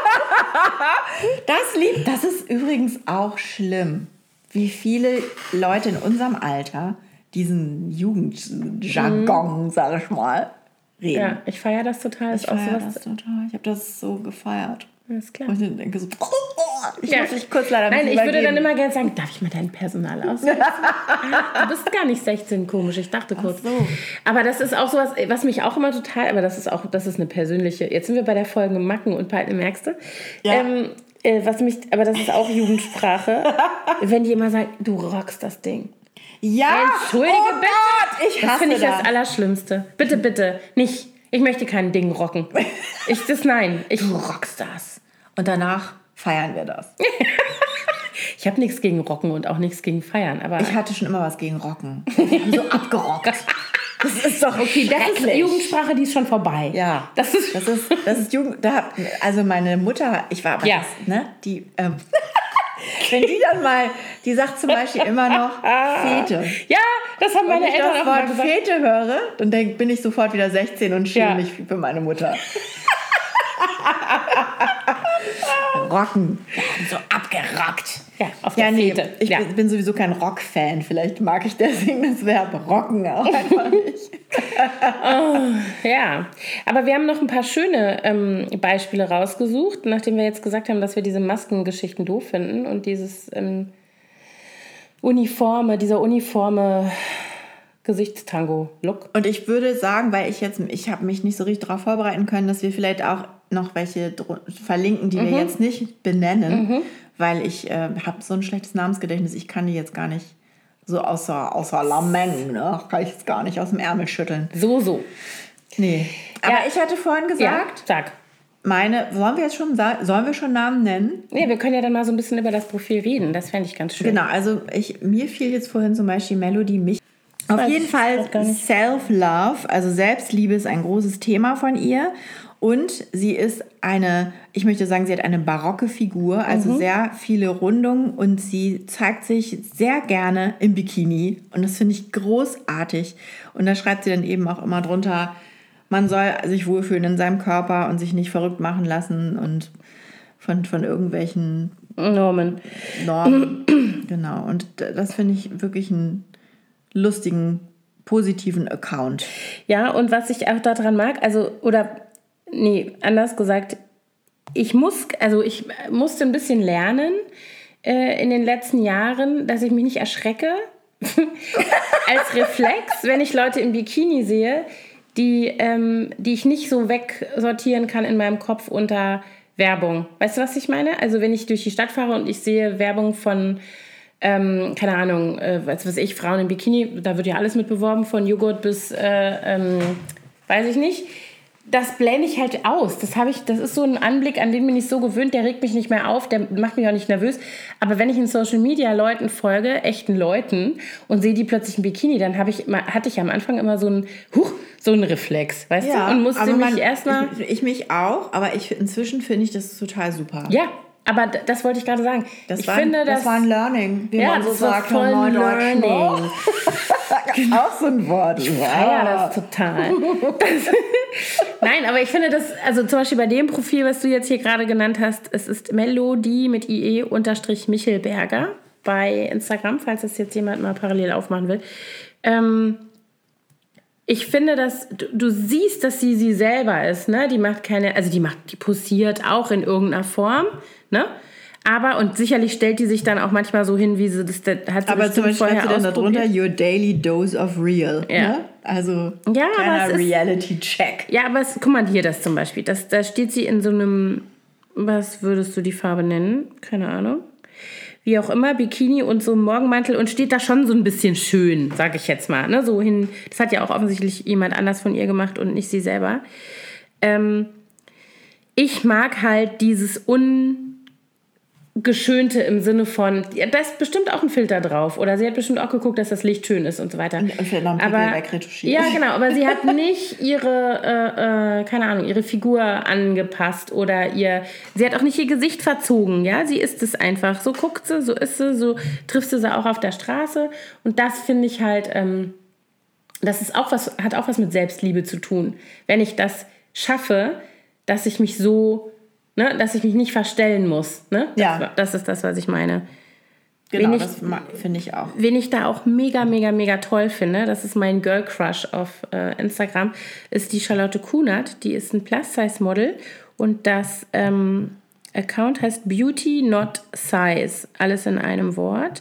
Das ist übrigens auch schlimm, wie viele Leute in unserem Alter diesen Jugendjargon, sage ich mal, reden. Ja, ich feiere das total. Ich feiere das total. Ich habe das so gefeiert. Alles klar. Und ich denke so, ich muss mich kurz leider Nein, ich würde dann immer gerne sagen, darf ich mal deinen Personalausweis? Du bist gar nicht 16, komisch, ich dachte kurz. Ach so. Aber das ist auch sowas, was mich auch immer total, aber das ist eine persönliche, jetzt sind wir bei der Folge Macken und Palten, merkst du? Ja. Aber das ist auch Jugendsprache, wenn die immer sagen, du rockst das Ding. Ja, entschuldige bitte. Gott, ich hasse das finde ich das Allerschlimmste. Bitte, bitte, nicht. Ich möchte kein Ding rocken. Du rockst das. Und danach feiern wir das. Ich habe nichts gegen Rocken und auch nichts gegen Feiern. Aber ich hatte schon immer was gegen Rocken. Wir haben so abgerockt. Das ist doch okay. Das ist Jugendsprache, die ist schon vorbei. Ja. Das ist Jugend. Also meine Mutter, ich war aber die... wenn die dann mal, die sagt zum Beispiel immer noch Fete. Ja, das haben meine Eltern auch mal gesagt. Wenn ich das Wort Fete höre, dann bin ich sofort wieder 16 und schäme mich für meine Mutter. Rocken. Wir haben so abgerockt. Ja, auf der Fete. Ich bin sowieso kein Rock-Fan. Vielleicht mag ich deswegen das Verb rocken auch einfach nicht. Ja, aber wir haben noch ein paar schöne Beispiele rausgesucht, nachdem wir jetzt gesagt haben, dass wir diese Maskengeschichten doof finden und dieses dieser uniforme Gesichtstango-Look. Und ich würde sagen, weil ich habe mich nicht so richtig darauf vorbereiten können, dass wir vielleicht auch noch welche verlinken, die wir jetzt nicht benennen, weil ich habe so ein schlechtes Namensgedächtnis, ich kann die jetzt gar nicht so außer Lameng, ne? Kann ich jetzt gar nicht aus dem Ärmel schütteln. So. Nee. Aber ich hatte vorhin gesagt, sag. Sollen wir schon Namen nennen? Nee, wir können ja dann mal so ein bisschen über das Profil reden, das fände ich ganz schön. Genau, also mir fiel jetzt vorhin zum Beispiel Melody Mich. Auf jeden Fall Self-Love, also Selbstliebe ist ein großes Thema von ihr. Und sie ist ich möchte sagen, sie hat eine barocke Figur, also sehr viele Rundungen und sie zeigt sich sehr gerne im Bikini und das finde ich großartig. Und da schreibt sie dann eben auch immer drunter, man soll sich wohlfühlen in seinem Körper und sich nicht verrückt machen lassen und von irgendwelchen Normen. Genau, und das finde ich wirklich einen lustigen, positiven Account. Ja, und was ich auch daran mag, anders gesagt, ich musste ein bisschen lernen in den letzten Jahren, dass ich mich nicht erschrecke als Reflex, wenn ich Leute im Bikini sehe, die ich nicht so wegsortieren kann in meinem Kopf unter Werbung. Weißt du, was ich meine? Also wenn ich durch die Stadt fahre und ich sehe Werbung von, keine Ahnung, was weiß ich, Frauen im Bikini, da wird ja alles mit beworben, von Joghurt bis, weiß ich nicht. Das blende ich halt aus. Das ist so ein Anblick, an den bin ich so gewöhnt, der regt mich nicht mehr auf, der macht mich auch nicht nervös. Aber wenn ich in Social Media Leuten folge, echten Leuten, und sehe die plötzlich im Bikini, dann hatte ich am Anfang immer so einen Reflex, weißt du? Und musste mich erstmal... Ich mich auch, aber inzwischen finde ich das total super. Ja, aber das wollte ich gerade sagen. Das war ein Learning, wie man so sagt. Voll Learning. Auch so ein Wort. Ich feiere das total. Nein, aber ich finde das, also zum Beispiel bei dem Profil, was du jetzt hier gerade genannt hast, es ist Melodie mit IE_Michelberger bei Instagram, falls das jetzt jemand mal parallel aufmachen will. Ich finde, dass du siehst, dass sie selber ist, ne? Die posiert auch in irgendeiner Form, ne? Und sicherlich stellt die sich dann auch manchmal so hin, wie sie das hat. Aber zum Beispiel schreibt sie dann darunter, your daily dose of real. Ja. Ne? Also, kleiner Reality-Check. Ja, aber guck mal hier, das zum Beispiel. Da steht sie in so einem, was würdest du die Farbe nennen? Keine Ahnung. Wie auch immer, Bikini und so Morgenmantel und steht da schon so ein bisschen schön, sag ich jetzt mal. Ne? So hin, das hat ja auch offensichtlich jemand anders von ihr gemacht und nicht sie selber. Ich mag halt dieses Ungeschönte im Sinne von, da ist bestimmt auch ein Filter drauf oder sie hat bestimmt auch geguckt, dass das Licht schön ist und so weiter. Und vielleicht noch ein Pickel wegretuschiert. Ja, genau, aber sie hat nicht ihre Figur angepasst oder sie hat auch nicht ihr Gesicht verzogen, ja, sie ist es einfach, so guckt sie, so ist sie, so triffst du sie auch auf der Straße und das finde ich halt, das ist auch hat auch was mit Selbstliebe zu tun, wenn ich das schaffe, dass ich mich so, ne, dass ich mich nicht verstellen muss. Ne? Ja. Das ist das, was ich meine. Genau, das finde ich auch. Wen ich da auch mega, mega, mega toll finde, das ist mein Girl Crush auf Instagram, ist die Charlotte Kunert. Die ist ein Plus-Size-Model und das Account heißt Beauty Not Size. Alles in einem Wort.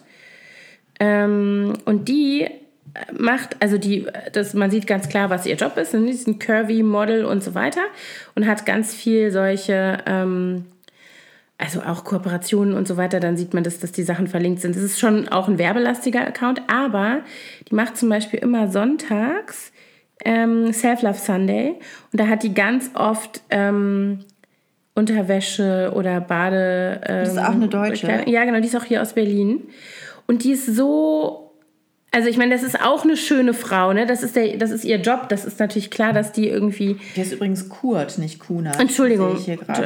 Und die macht, man sieht ganz klar, was ihr Job ist. Sie ist ein curvy Model und so weiter und hat ganz viel solche, also auch Kooperationen und so weiter. Dann sieht man, dass die Sachen verlinkt sind. Das ist schon auch ein werbelastiger Account, aber die macht zum Beispiel immer sonntags Self-Love Sunday und da hat die ganz oft Unterwäsche oder Bade. Das ist auch eine Deutsche. Ja, genau, die ist auch hier aus Berlin und die ist so. Also ich meine, das ist auch eine schöne Frau, ne? Das ist ihr Job. Das ist natürlich klar, dass die irgendwie... Der ist übrigens Kurt, nicht Kunert. Entschuldigung.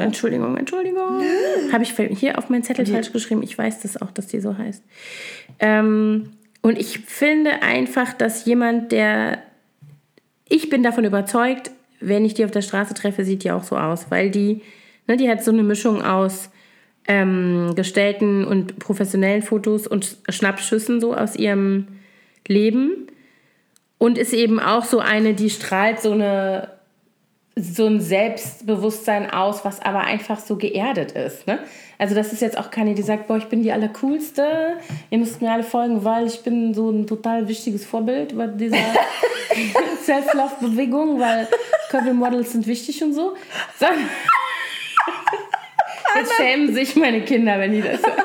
Habe ich hier auf meinen Zettel falsch geschrieben. Ich weiß das auch, dass die so heißt. Und ich finde einfach, dass jemand, ich bin davon überzeugt, wenn ich die auf der Straße treffe, sieht die auch so aus. Weil die hat so eine Mischung aus gestellten und professionellen Fotos und Schnappschüssen so aus ihrem Leben und ist eben auch so eine, die strahlt so ein Selbstbewusstsein aus, was aber einfach so geerdet ist. Ne? Also das ist jetzt auch keine, die sagt, boah, ich bin die Allercoolste, ihr müsst mir alle folgen, weil ich bin so ein total wichtiges Vorbild bei dieser Self-Love-Bewegung, weil Curvy-Models sind wichtig und so. Jetzt schämen sich meine Kinder, wenn die das hören.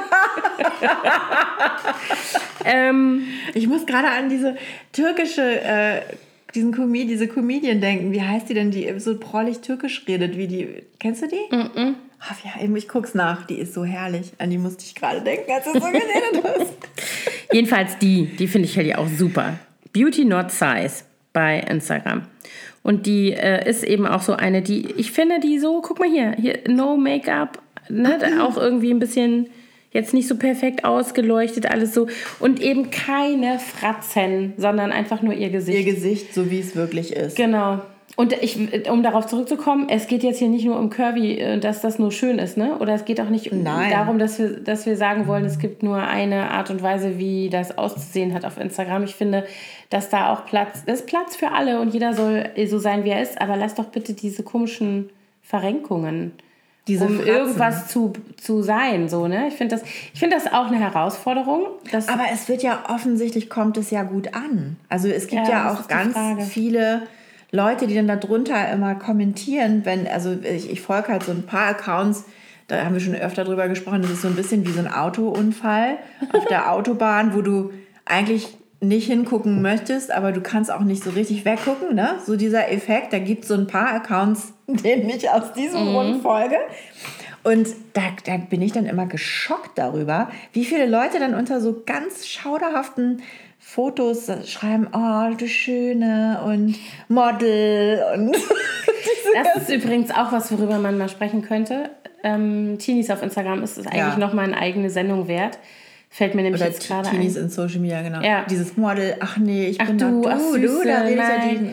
Ich muss gerade an diese türkische, diese Comedian denken. Wie heißt die denn, die so prollig türkisch redet? Kennst du die? Ach, ja, ich guck's nach. Die ist so herrlich. An die musste ich gerade denken, als du so geredet hast. Jedenfalls die finde ich halt ja auch super. Beauty Not Size. bei Instagram. Und die ist eben auch so eine, die, ich finde die so, guck mal hier no Make-up, ne, auch irgendwie ein bisschen jetzt nicht so perfekt ausgeleuchtet, alles so. Und eben keine Fratzen, sondern einfach nur ihr Gesicht. Ihr Gesicht, so wie es wirklich ist. Genau. Und um darauf zurückzukommen, es geht jetzt hier nicht nur um Curvy, dass das nur schön ist, ne? Oder es geht auch nicht darum, dass wir sagen wollen, es gibt nur eine Art und Weise, wie das auszusehen hat auf Instagram. Ich finde, dass da auch Platz für alle und jeder soll so sein, wie er ist. Aber lass doch bitte diese komischen Verrenkungen, um Fratzen. Irgendwas zu sein, so, ne? Ich finde das auch eine Herausforderung. Aber es wird ja offensichtlich, kommt es ja gut an. Also es gibt ja auch ganz viele Leute, die dann darunter immer kommentieren, ich folge halt so ein paar Accounts, da haben wir schon öfter drüber gesprochen, das ist so ein bisschen wie so ein Autounfall auf der Autobahn, wo du eigentlich nicht hingucken möchtest, aber du kannst auch nicht so richtig weggucken, ne? So dieser Effekt, da gibt es so ein paar Accounts, denen ich aus diesem Grund folge. Und da bin ich dann immer geschockt darüber, wie viele Leute dann unter so ganz schauderhaften Fotos schreiben, oh, du Schöne und Model und das ist übrigens auch was, worüber man mal sprechen könnte. Teenies auf Instagram ist eigentlich nochmal eine eigene Sendung wert. Fällt mir nämlich oder jetzt gerade ein. Teenies in Social Media, genau. Ja. Dieses Model, ach nee, ich bin du, da Süße, da redest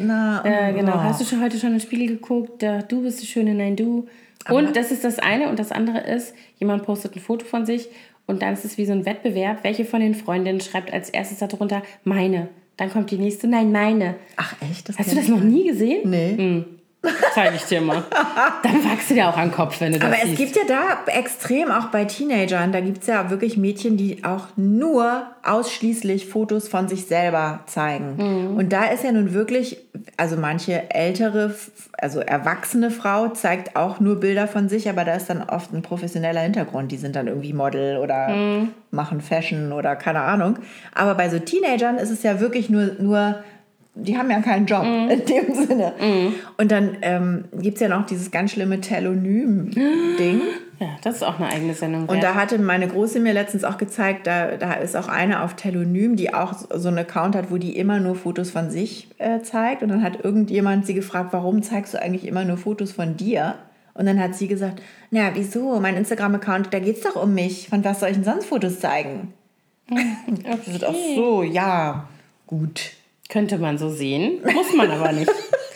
ja genau. Hast du heute schon in den Spiegel geguckt? Du bist die Schöne, nein, du. Und das ist das eine. Und das andere ist, jemand postet ein Foto von sich und dann ist es wie so ein Wettbewerb. Welche von den Freundinnen schreibt als erstes darunter, meine? Dann kommt die nächste, nein, meine. Ach echt? Hast du das noch nie gesehen? Nee. Zeige ich dir mal. Dann wachst du dir auch an den Kopf, wenn du das siehst. Aber es gibt ja da extrem, auch bei Teenagern, da gibt es ja wirklich Mädchen, die auch nur ausschließlich Fotos von sich selber zeigen. Und da ist ja nun wirklich, also manche ältere, also erwachsene Frau zeigt auch nur Bilder von sich, aber da ist dann oft ein professioneller Hintergrund. Die sind dann irgendwie Model oder machen Fashion oder keine Ahnung. Aber bei so Teenagern ist es ja wirklich nur die haben ja keinen Job in dem Sinne. Und dann gibt es ja noch dieses ganz schlimme Telonym-Ding. Ja, das ist auch eine eigene Sendung. Und da hatte meine Große mir letztens auch gezeigt, da ist auch eine auf Telonym, die auch so einen Account hat, wo die immer nur Fotos von sich zeigt. Und dann hat irgendjemand sie gefragt, warum zeigst du eigentlich immer nur Fotos von dir? Und dann hat sie gesagt, na wieso, mein Instagram-Account, da geht's doch um mich. Von was soll ich denn sonst Fotos zeigen? Okay. Ach so, ja, gut. Könnte man so sehen, muss man aber nicht.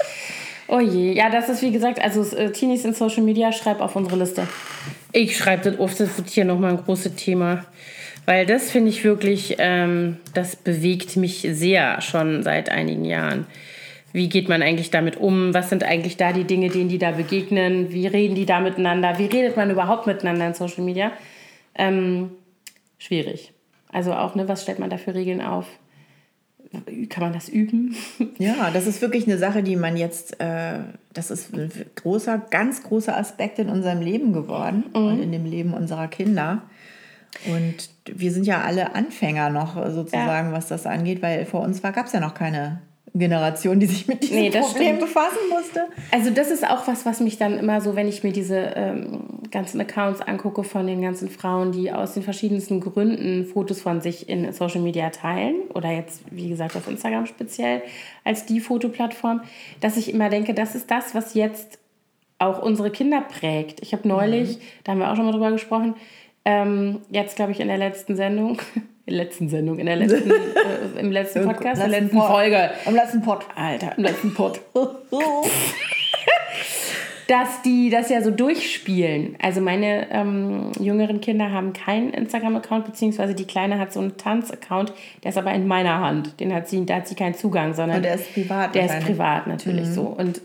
Oh je, ja, das ist wie gesagt, also Teenies in Social Media, schreib auf unsere Liste. Ich schreibe das auf, das wird hier nochmal ein großes Thema. Weil das finde ich wirklich, das bewegt mich sehr schon seit einigen Jahren. Wie geht man eigentlich damit um? Was sind eigentlich da die Dinge, denen die da begegnen? Wie reden die da miteinander? Wie redet man überhaupt miteinander in Social Media? Schwierig. Also auch, ne, was stellt man da für Regeln auf? Kann man das üben? Ja, das ist wirklich eine Sache, die man jetzt, das ist ein ganz großer Aspekt in unserem Leben geworden und in dem Leben unserer Kinder. Und wir sind ja alle Anfänger noch sozusagen, was das angeht, weil vor uns gab es ja noch keine Generation, die sich mit diesem Problem befassen musste. Also das ist auch was mich dann immer so, wenn ich mir diese ganzen Accounts angucke von den ganzen Frauen, die aus den verschiedensten Gründen Fotos von sich in Social Media teilen oder jetzt, wie gesagt, auf Instagram speziell als die Fotoplattform, dass ich immer denke, das ist das, was jetzt auch unsere Kinder prägt. Ich habe neulich, da haben wir auch schon mal drüber gesprochen, jetzt glaube ich in der letzten Sendung, im letzten Podcast, der letzten Folge. Im letzten Pod. Alter, im letzten Pod. Dass die das ja so durchspielen. Also meine jüngeren Kinder haben keinen Instagram-Account, beziehungsweise die Kleine hat so einen Tanz-Account, der ist aber in meiner Hand. Da hat sie keinen Zugang, sondern und der ist privat. Der ist privat natürlich so. Und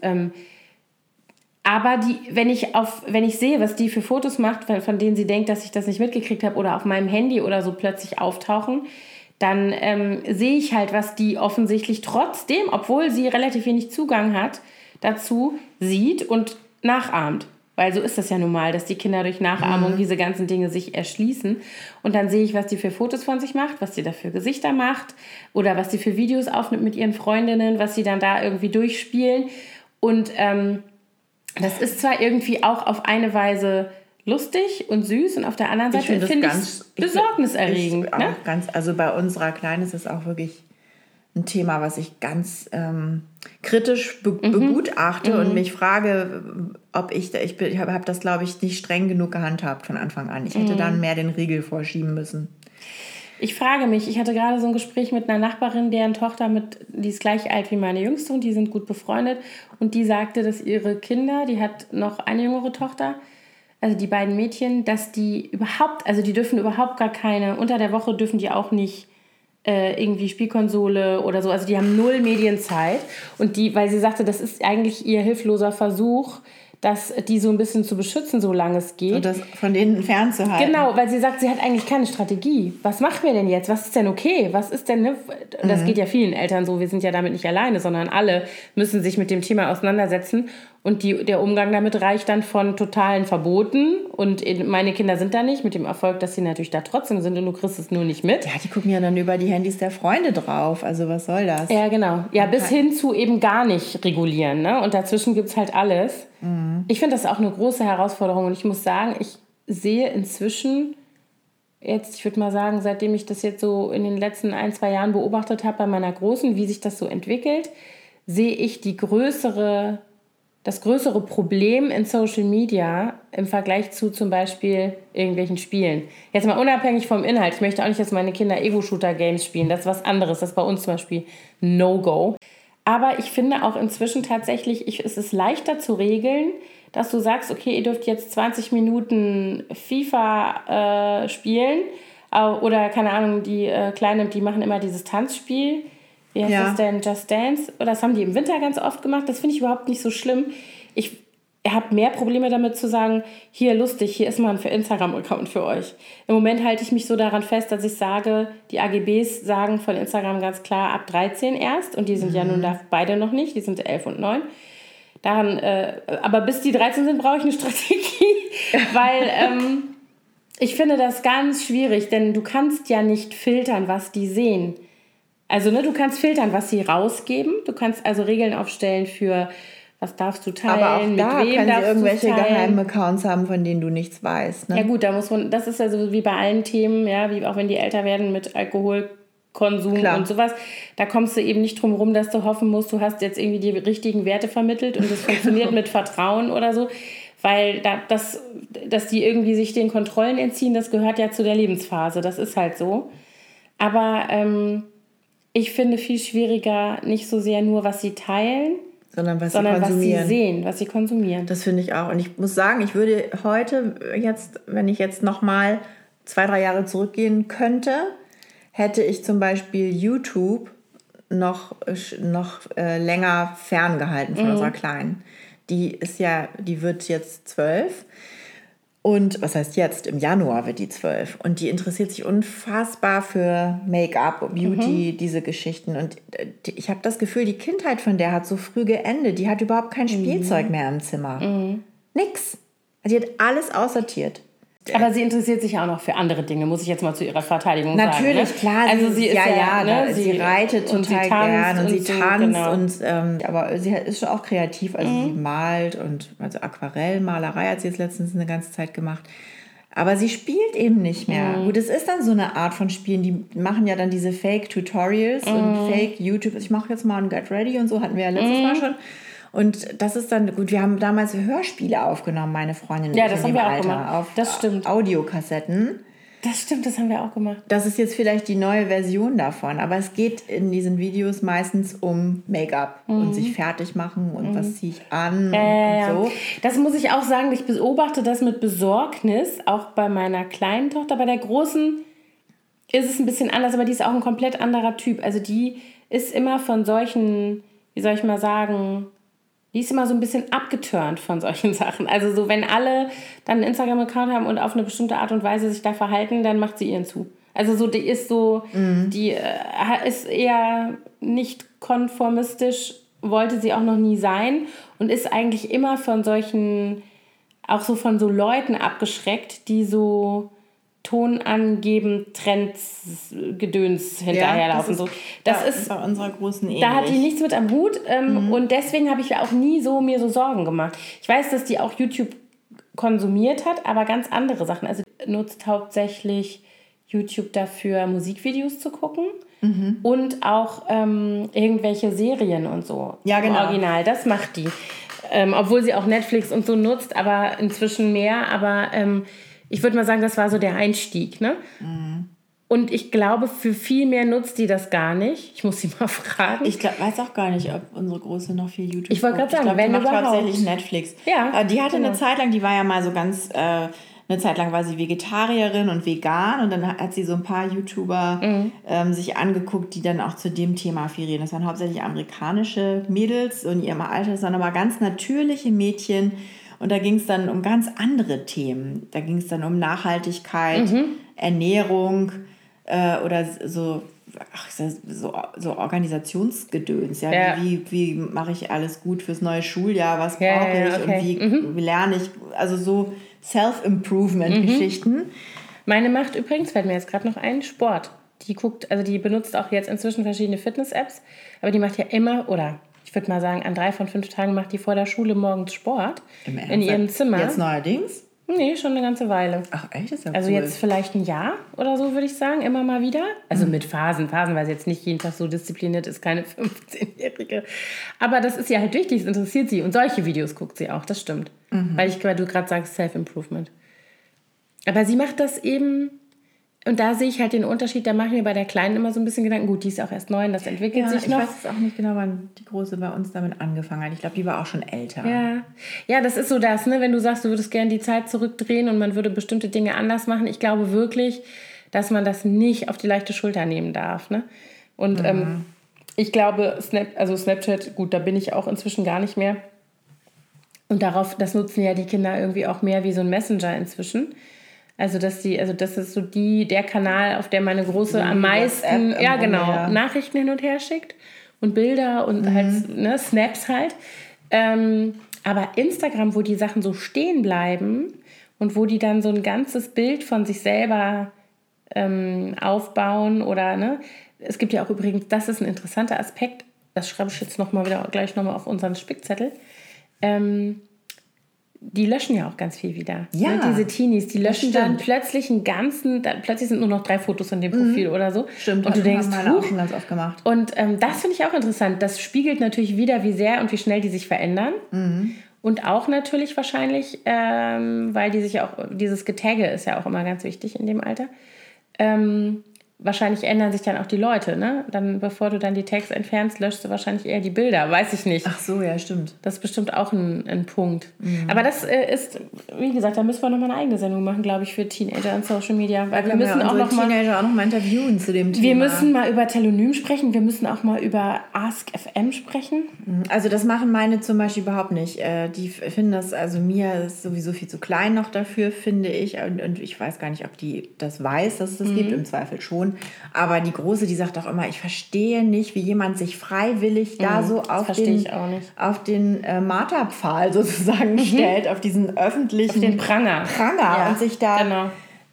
aber wenn ich sehe, was die für Fotos macht, von denen sie denkt, dass ich das nicht mitgekriegt habe oder auf meinem Handy oder so plötzlich auftauchen, dann sehe ich halt, was die offensichtlich trotzdem, obwohl sie relativ wenig Zugang hat, dazu sieht und nachahmt. Weil so ist das ja nun mal, dass die Kinder durch Nachahmung diese ganzen Dinge sich erschließen. Und dann sehe ich, was die für Fotos von sich macht, was sie da für Gesichter macht oder was sie für Videos aufnimmt mit ihren Freundinnen, was sie dann da irgendwie durchspielen. Und das ist zwar irgendwie auch auf eine Weise lustig und süß und auf der anderen Seite finde ich es besorgniserregend. Also bei unserer Kleinen ist es auch wirklich ein Thema, was ich ganz kritisch begutachte und mich frage, ob ich habe das, glaube ich, nicht streng genug gehandhabt von Anfang an. Ich hätte dann mehr den Riegel vorschieben müssen. Ich frage mich, ich hatte gerade so ein Gespräch mit einer Nachbarin, deren Tochter die ist gleich alt wie meine Jüngste und die sind gut befreundet. Und die sagte, dass ihre Kinder, die hat noch eine jüngere Tochter, also die beiden Mädchen, dass die die dürfen überhaupt gar keine, unter der Woche dürfen die auch nicht irgendwie Spielkonsole oder so. Also die haben 0 Medienzeit. Und weil sie sagte, das ist eigentlich ihr hilfloser Versuch, die so ein bisschen zu beschützen, solange es geht. Und das von denen fernzuhalten. Genau, weil sie sagt, sie hat eigentlich keine Strategie. Was machen wir denn jetzt? Was ist denn okay? Was ist denn, ne? Das geht ja vielen Eltern so, wir sind ja damit nicht alleine, sondern alle müssen sich mit dem Thema auseinandersetzen. Und der Umgang damit reicht dann von totalen Verboten. Und meine Kinder sind da nicht, mit dem Erfolg, dass sie natürlich da trotzdem sind und du kriegst es nur nicht mit. Ja, die gucken ja dann über die Handys der Freunde drauf. Also was soll das? Ja, genau. Ja, bis hin zu eben gar nicht regulieren. Ne? Und dazwischen gibt es halt alles. Ich finde das auch eine große Herausforderung. Und ich muss sagen, ich sehe inzwischen jetzt, ich würde mal sagen, seitdem ich das jetzt so in den letzten 1-2 Jahren beobachtet habe bei meiner Großen, wie sich das so entwickelt, sehe ich das größere Problem in Social Media im Vergleich zu zum Beispiel irgendwelchen Spielen. Jetzt mal unabhängig vom Inhalt. Ich möchte auch nicht, dass meine Kinder Ego-Shooter-Games spielen. Das ist was anderes. Das ist bei uns zum Beispiel No-Go. Aber ich finde auch inzwischen tatsächlich, es ist leichter zu regeln, dass du sagst, okay, ihr dürft jetzt 20 Minuten FIFA spielen. Oder, keine Ahnung, die Kleinen, die machen immer dieses Tanzspiel. Wie heißt das denn? Just Dance? Oder das haben die im Winter ganz oft gemacht. Das finde ich überhaupt nicht so schlimm. Ich habe mehr Probleme damit zu sagen, hier lustig, hier ist mal ein Instagram-Account für euch. Im Moment halte ich mich so daran fest, dass ich sage, die AGBs sagen von Instagram ganz klar ab 13 erst. Und die sind ja nun da beide noch nicht. Die sind 11 und 9. Aber bis die 13 sind, brauche ich eine Strategie. Weil ich finde das ganz schwierig, denn du kannst ja nicht filtern, was die sehen. Also, du kannst filtern, was sie rausgeben. Du kannst also Regeln aufstellen für, was darfst du teilen, aber auch mit da wem können sie darfst irgendwelche du teilen. geheimen Accounts haben, von denen du nichts weißt. Ne? Ja gut, das ist ja so wie bei allen Themen, ja, wie auch wenn die älter werden mit Alkoholkonsum und sowas. Da kommst du eben nicht drum rum, dass du hoffen musst, du hast jetzt irgendwie die richtigen Werte vermittelt und das funktioniert mit Vertrauen oder so. Weil dass die irgendwie sich den Kontrollen entziehen, das gehört ja zu der Lebensphase. Das ist halt so. Aber ich finde viel schwieriger, nicht so sehr nur, was sie teilen, sondern was sie sehen, was sie konsumieren. Das finde ich auch. Und ich muss sagen, ich würde heute jetzt, wenn ich jetzt nochmal 2-3 Jahre zurückgehen könnte, hätte ich zum Beispiel YouTube noch länger ferngehalten von unserer Kleinen. Die wird jetzt 12. Und was heißt jetzt? Im Januar wird die 12. Und die interessiert sich unfassbar für Make-up, Beauty, diese Geschichten. Und ich habe das Gefühl, die Kindheit von der hat so früh geendet. Die hat überhaupt kein Spielzeug mehr im Zimmer. Nix. Die hat alles aussortiert. Aber sie interessiert sich auch noch für andere Dinge, muss ich jetzt mal zu ihrer Verteidigung sagen. Natürlich, klar. Also sie ist sie reitet total gern und sie tanzt. Genau. Und, aber sie ist schon auch kreativ. Also sie malt und also Aquarellmalerei hat sie jetzt letztens eine ganze Zeit gemacht. Aber sie spielt eben nicht mehr. Gut, es ist dann so eine Art von Spielen. Die machen ja dann diese Fake-Tutorials und Fake-YouTube. Ich mache jetzt mal ein Get Ready und so, hatten wir ja letztes Mal schon. Und das ist dann, gut, wir haben damals Hörspiele aufgenommen, meine Freundin. Ja, das haben wir auch gemacht. Auf das stimmt. Audiokassetten. Das stimmt, das haben wir auch gemacht. Das ist jetzt vielleicht die neue Version davon. Aber es geht in diesen Videos meistens um Make-up und sich fertig machen und was ziehe ich an und so. Das muss ich auch sagen, ich beobachte das mit Besorgnis, auch bei meiner kleinen Tochter. Bei der großen ist es ein bisschen anders, aber die ist auch ein komplett anderer Typ. Also die ist immer von solchen, wie soll ich mal sagen, die ist immer so ein bisschen abgeturnt von solchen Sachen. Also so, wenn alle dann einen Instagram-Account haben und auf eine bestimmte Art und Weise sich da verhalten, dann macht sie ihren zu. Also so, die ist so, die ist eher nicht konformistisch, wollte sie auch noch nie sein und ist eigentlich immer von solchen, auch so von so Leuten abgeschreckt, die so tonangebend Trends, Gedöns hinterherlaufen. Das ist bei unserer Großen ähnlich. Da hat die nichts mit am Hut und deswegen habe ich ja auch nie mir so Sorgen gemacht. Ich weiß, dass die auch YouTube konsumiert hat, aber ganz andere Sachen. Also nutzt hauptsächlich YouTube dafür, Musikvideos zu gucken. und auch irgendwelche Serien und so. Ja, genau. Im Original, das macht die. Obwohl sie auch Netflix und so nutzt, aber inzwischen mehr. Aber ich würde mal sagen, das war so der Einstieg. Ne? Und ich glaube, für viel mehr nutzt die das gar nicht. Ich muss sie mal fragen. Ich weiß auch gar nicht, ob unsere Große noch viel YouTube Ich wollte gerade sagen, wenn die macht überhaupt. hauptsächlich Netflix. Ja, die hatte genau. eine Zeit lang, die war ja mal so ganz... eine Zeit lang war sie Vegetarierin und vegan und dann hat sie so ein paar YouTuber sich angeguckt, die dann auch zu dem Thema affiliieren. Das waren hauptsächlich amerikanische Mädels und in ihrem Alter, das waren aber ganz natürliche Mädchen und da ging es dann um ganz andere Themen. Da ging es dann um Nachhaltigkeit, Ernährung oder so Organisationsgedöns. Ja? Ja. Wie mache ich alles gut fürs neue Schuljahr? Was Ja, brauche ich? okay. Und wie lerne ich? Also so Self-Improvement-Geschichten. Meine macht übrigens, fällt mir jetzt gerade noch ein, Sport. Die benutzt auch jetzt inzwischen verschiedene Fitness-Apps, aber die macht ja immer, oder ich würde mal sagen, an 3 von 5 Tagen macht die vor der Schule morgens Sport. in ihrem Zimmer. Jetzt neuerdings? Nee, schon eine ganze Weile. Ach echt, ist ja Also cool. jetzt vielleicht ein Jahr oder so, würde ich sagen, immer mal wieder. Also mit Phasen, weil sie jetzt nicht jeden Tag so diszipliniert ist, keine 15-Jährige. Aber das ist ja halt wichtig, es interessiert sie. Und solche Videos guckt sie auch, das stimmt. Weil du gerade sagst, Self-Improvement. Aber sie macht das eben, und da sehe ich halt den Unterschied, da mache ich mir bei der Kleinen immer so ein bisschen Gedanken, gut, die ist auch erst 9, das entwickelt sich noch. Ich weiß jetzt auch nicht genau, wann die Große bei uns damit angefangen hat. Ich glaube, die war auch schon älter. Ja, das ist so das, ne? Wenn du sagst, du würdest gerne die Zeit zurückdrehen und man würde bestimmte Dinge anders machen. Ich glaube wirklich, dass man das nicht auf die leichte Schulter nehmen darf. Ne? Und ich glaube, Snapchat, gut, da bin ich auch inzwischen gar nicht mehr. Und das nutzen ja die Kinder irgendwie auch mehr wie so ein Messenger inzwischen. Also das ist so der Kanal, auf der meine Große am meisten Nachrichten hin und her schickt und Bilder und halt Snaps halt. Aber Instagram, wo die Sachen so stehen bleiben und wo die dann so ein ganzes Bild von sich selber aufbauen oder es gibt ja auch übrigens, das ist ein interessanter Aspekt, das schreibe ich jetzt gleich nochmal auf unseren Spickzettel. Die löschen ja auch ganz viel wieder. Ja, ne? Diese Teenies, die löschen dann plötzlich plötzlich sind nur noch 3 Fotos in dem Profil oder so. Stimmt, und du denkst, haben meine auch schon ganz oft gemacht. Und das finde ich auch interessant. Das spiegelt natürlich wieder, wie sehr und wie schnell die sich verändern. Und auch natürlich wahrscheinlich, weil die sich auch, dieses Getagge ist ja auch immer ganz wichtig in dem Alter. Wahrscheinlich ändern sich dann auch die Leute, ne? Dann, bevor du dann die Tags entfernst, löschst du wahrscheinlich eher die Bilder. Weiß ich nicht. Ach so, ja, stimmt. Das ist bestimmt auch ein Punkt. Aber das ist, wie gesagt, da müssen wir nochmal eine eigene Sendung machen, glaube ich, für Teenager und Social Media. Weil wir müssen auch noch Teenager auch noch mal interviewen zu dem Thema. Wir müssen mal über Telonym sprechen. Wir müssen auch mal über Ask FM sprechen. Also das machen meine zum Beispiel überhaupt nicht. Die finden das, also Mia ist sowieso viel zu klein noch dafür, finde ich. Und ich weiß gar nicht, ob die das weiß, dass es das gibt. Im Zweifel schon. Aber die Große, die sagt auch immer, ich verstehe nicht, wie jemand sich freiwillig da so auf den Marterpfahl sozusagen stellt, auf diesen öffentlichen... Auf den Pranger. Und sich da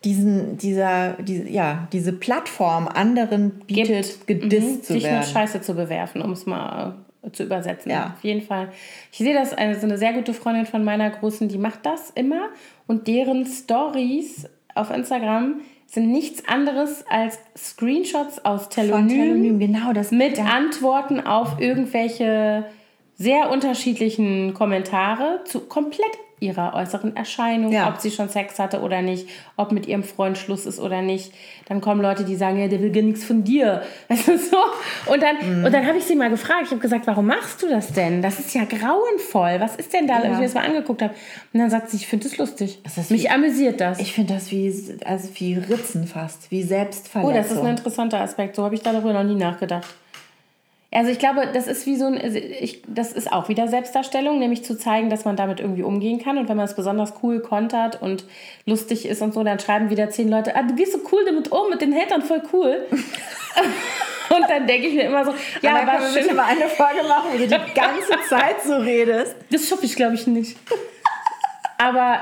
diese Plattform anderen bietet, gedisst zu werden. Sich mit Scheiße zu bewerfen, um es mal zu übersetzen. Ja. Auf jeden Fall. Ich sehe das, also eine sehr gute Freundin von meiner Großen, die macht das immer. Und deren Stories auf Instagram sind nichts anderes als Screenshots aus Telonym, genau, das mit Antworten auf irgendwelche sehr unterschiedlichen Kommentare zu komplett ihrer äußeren Erscheinung, ob sie schon Sex hatte oder nicht, ob mit ihrem Freund Schluss ist oder nicht. Dann kommen Leute, die sagen, ja, der will gar nichts von dir. Weißt du, so. Und dann habe ich sie mal gefragt, ich habe gesagt, warum machst du das denn? Das ist ja grauenvoll. Was ist denn da, als ich mir das mal angeguckt habe? Und dann sagt sie, ich finde das lustig. Mich amüsiert das. Ich finde das wie Ritzen fast, wie Selbstverletzung. Oh, das ist ein interessanter Aspekt. So habe ich darüber noch nie nachgedacht. Also ich glaube, das ist das ist auch wieder Selbstdarstellung, nämlich zu zeigen, dass man damit irgendwie umgehen kann. Und wenn man es besonders cool kontert und lustig ist und so, dann schreiben wieder 10 Leute, du gehst so cool damit um, mit den Hatern, voll cool. Und dann denke ich mir immer so, ja, aber können wir bitte mal eine Folge machen, wo du die ganze Zeit so redest. Das schaffe ich, glaube ich, nicht. Aber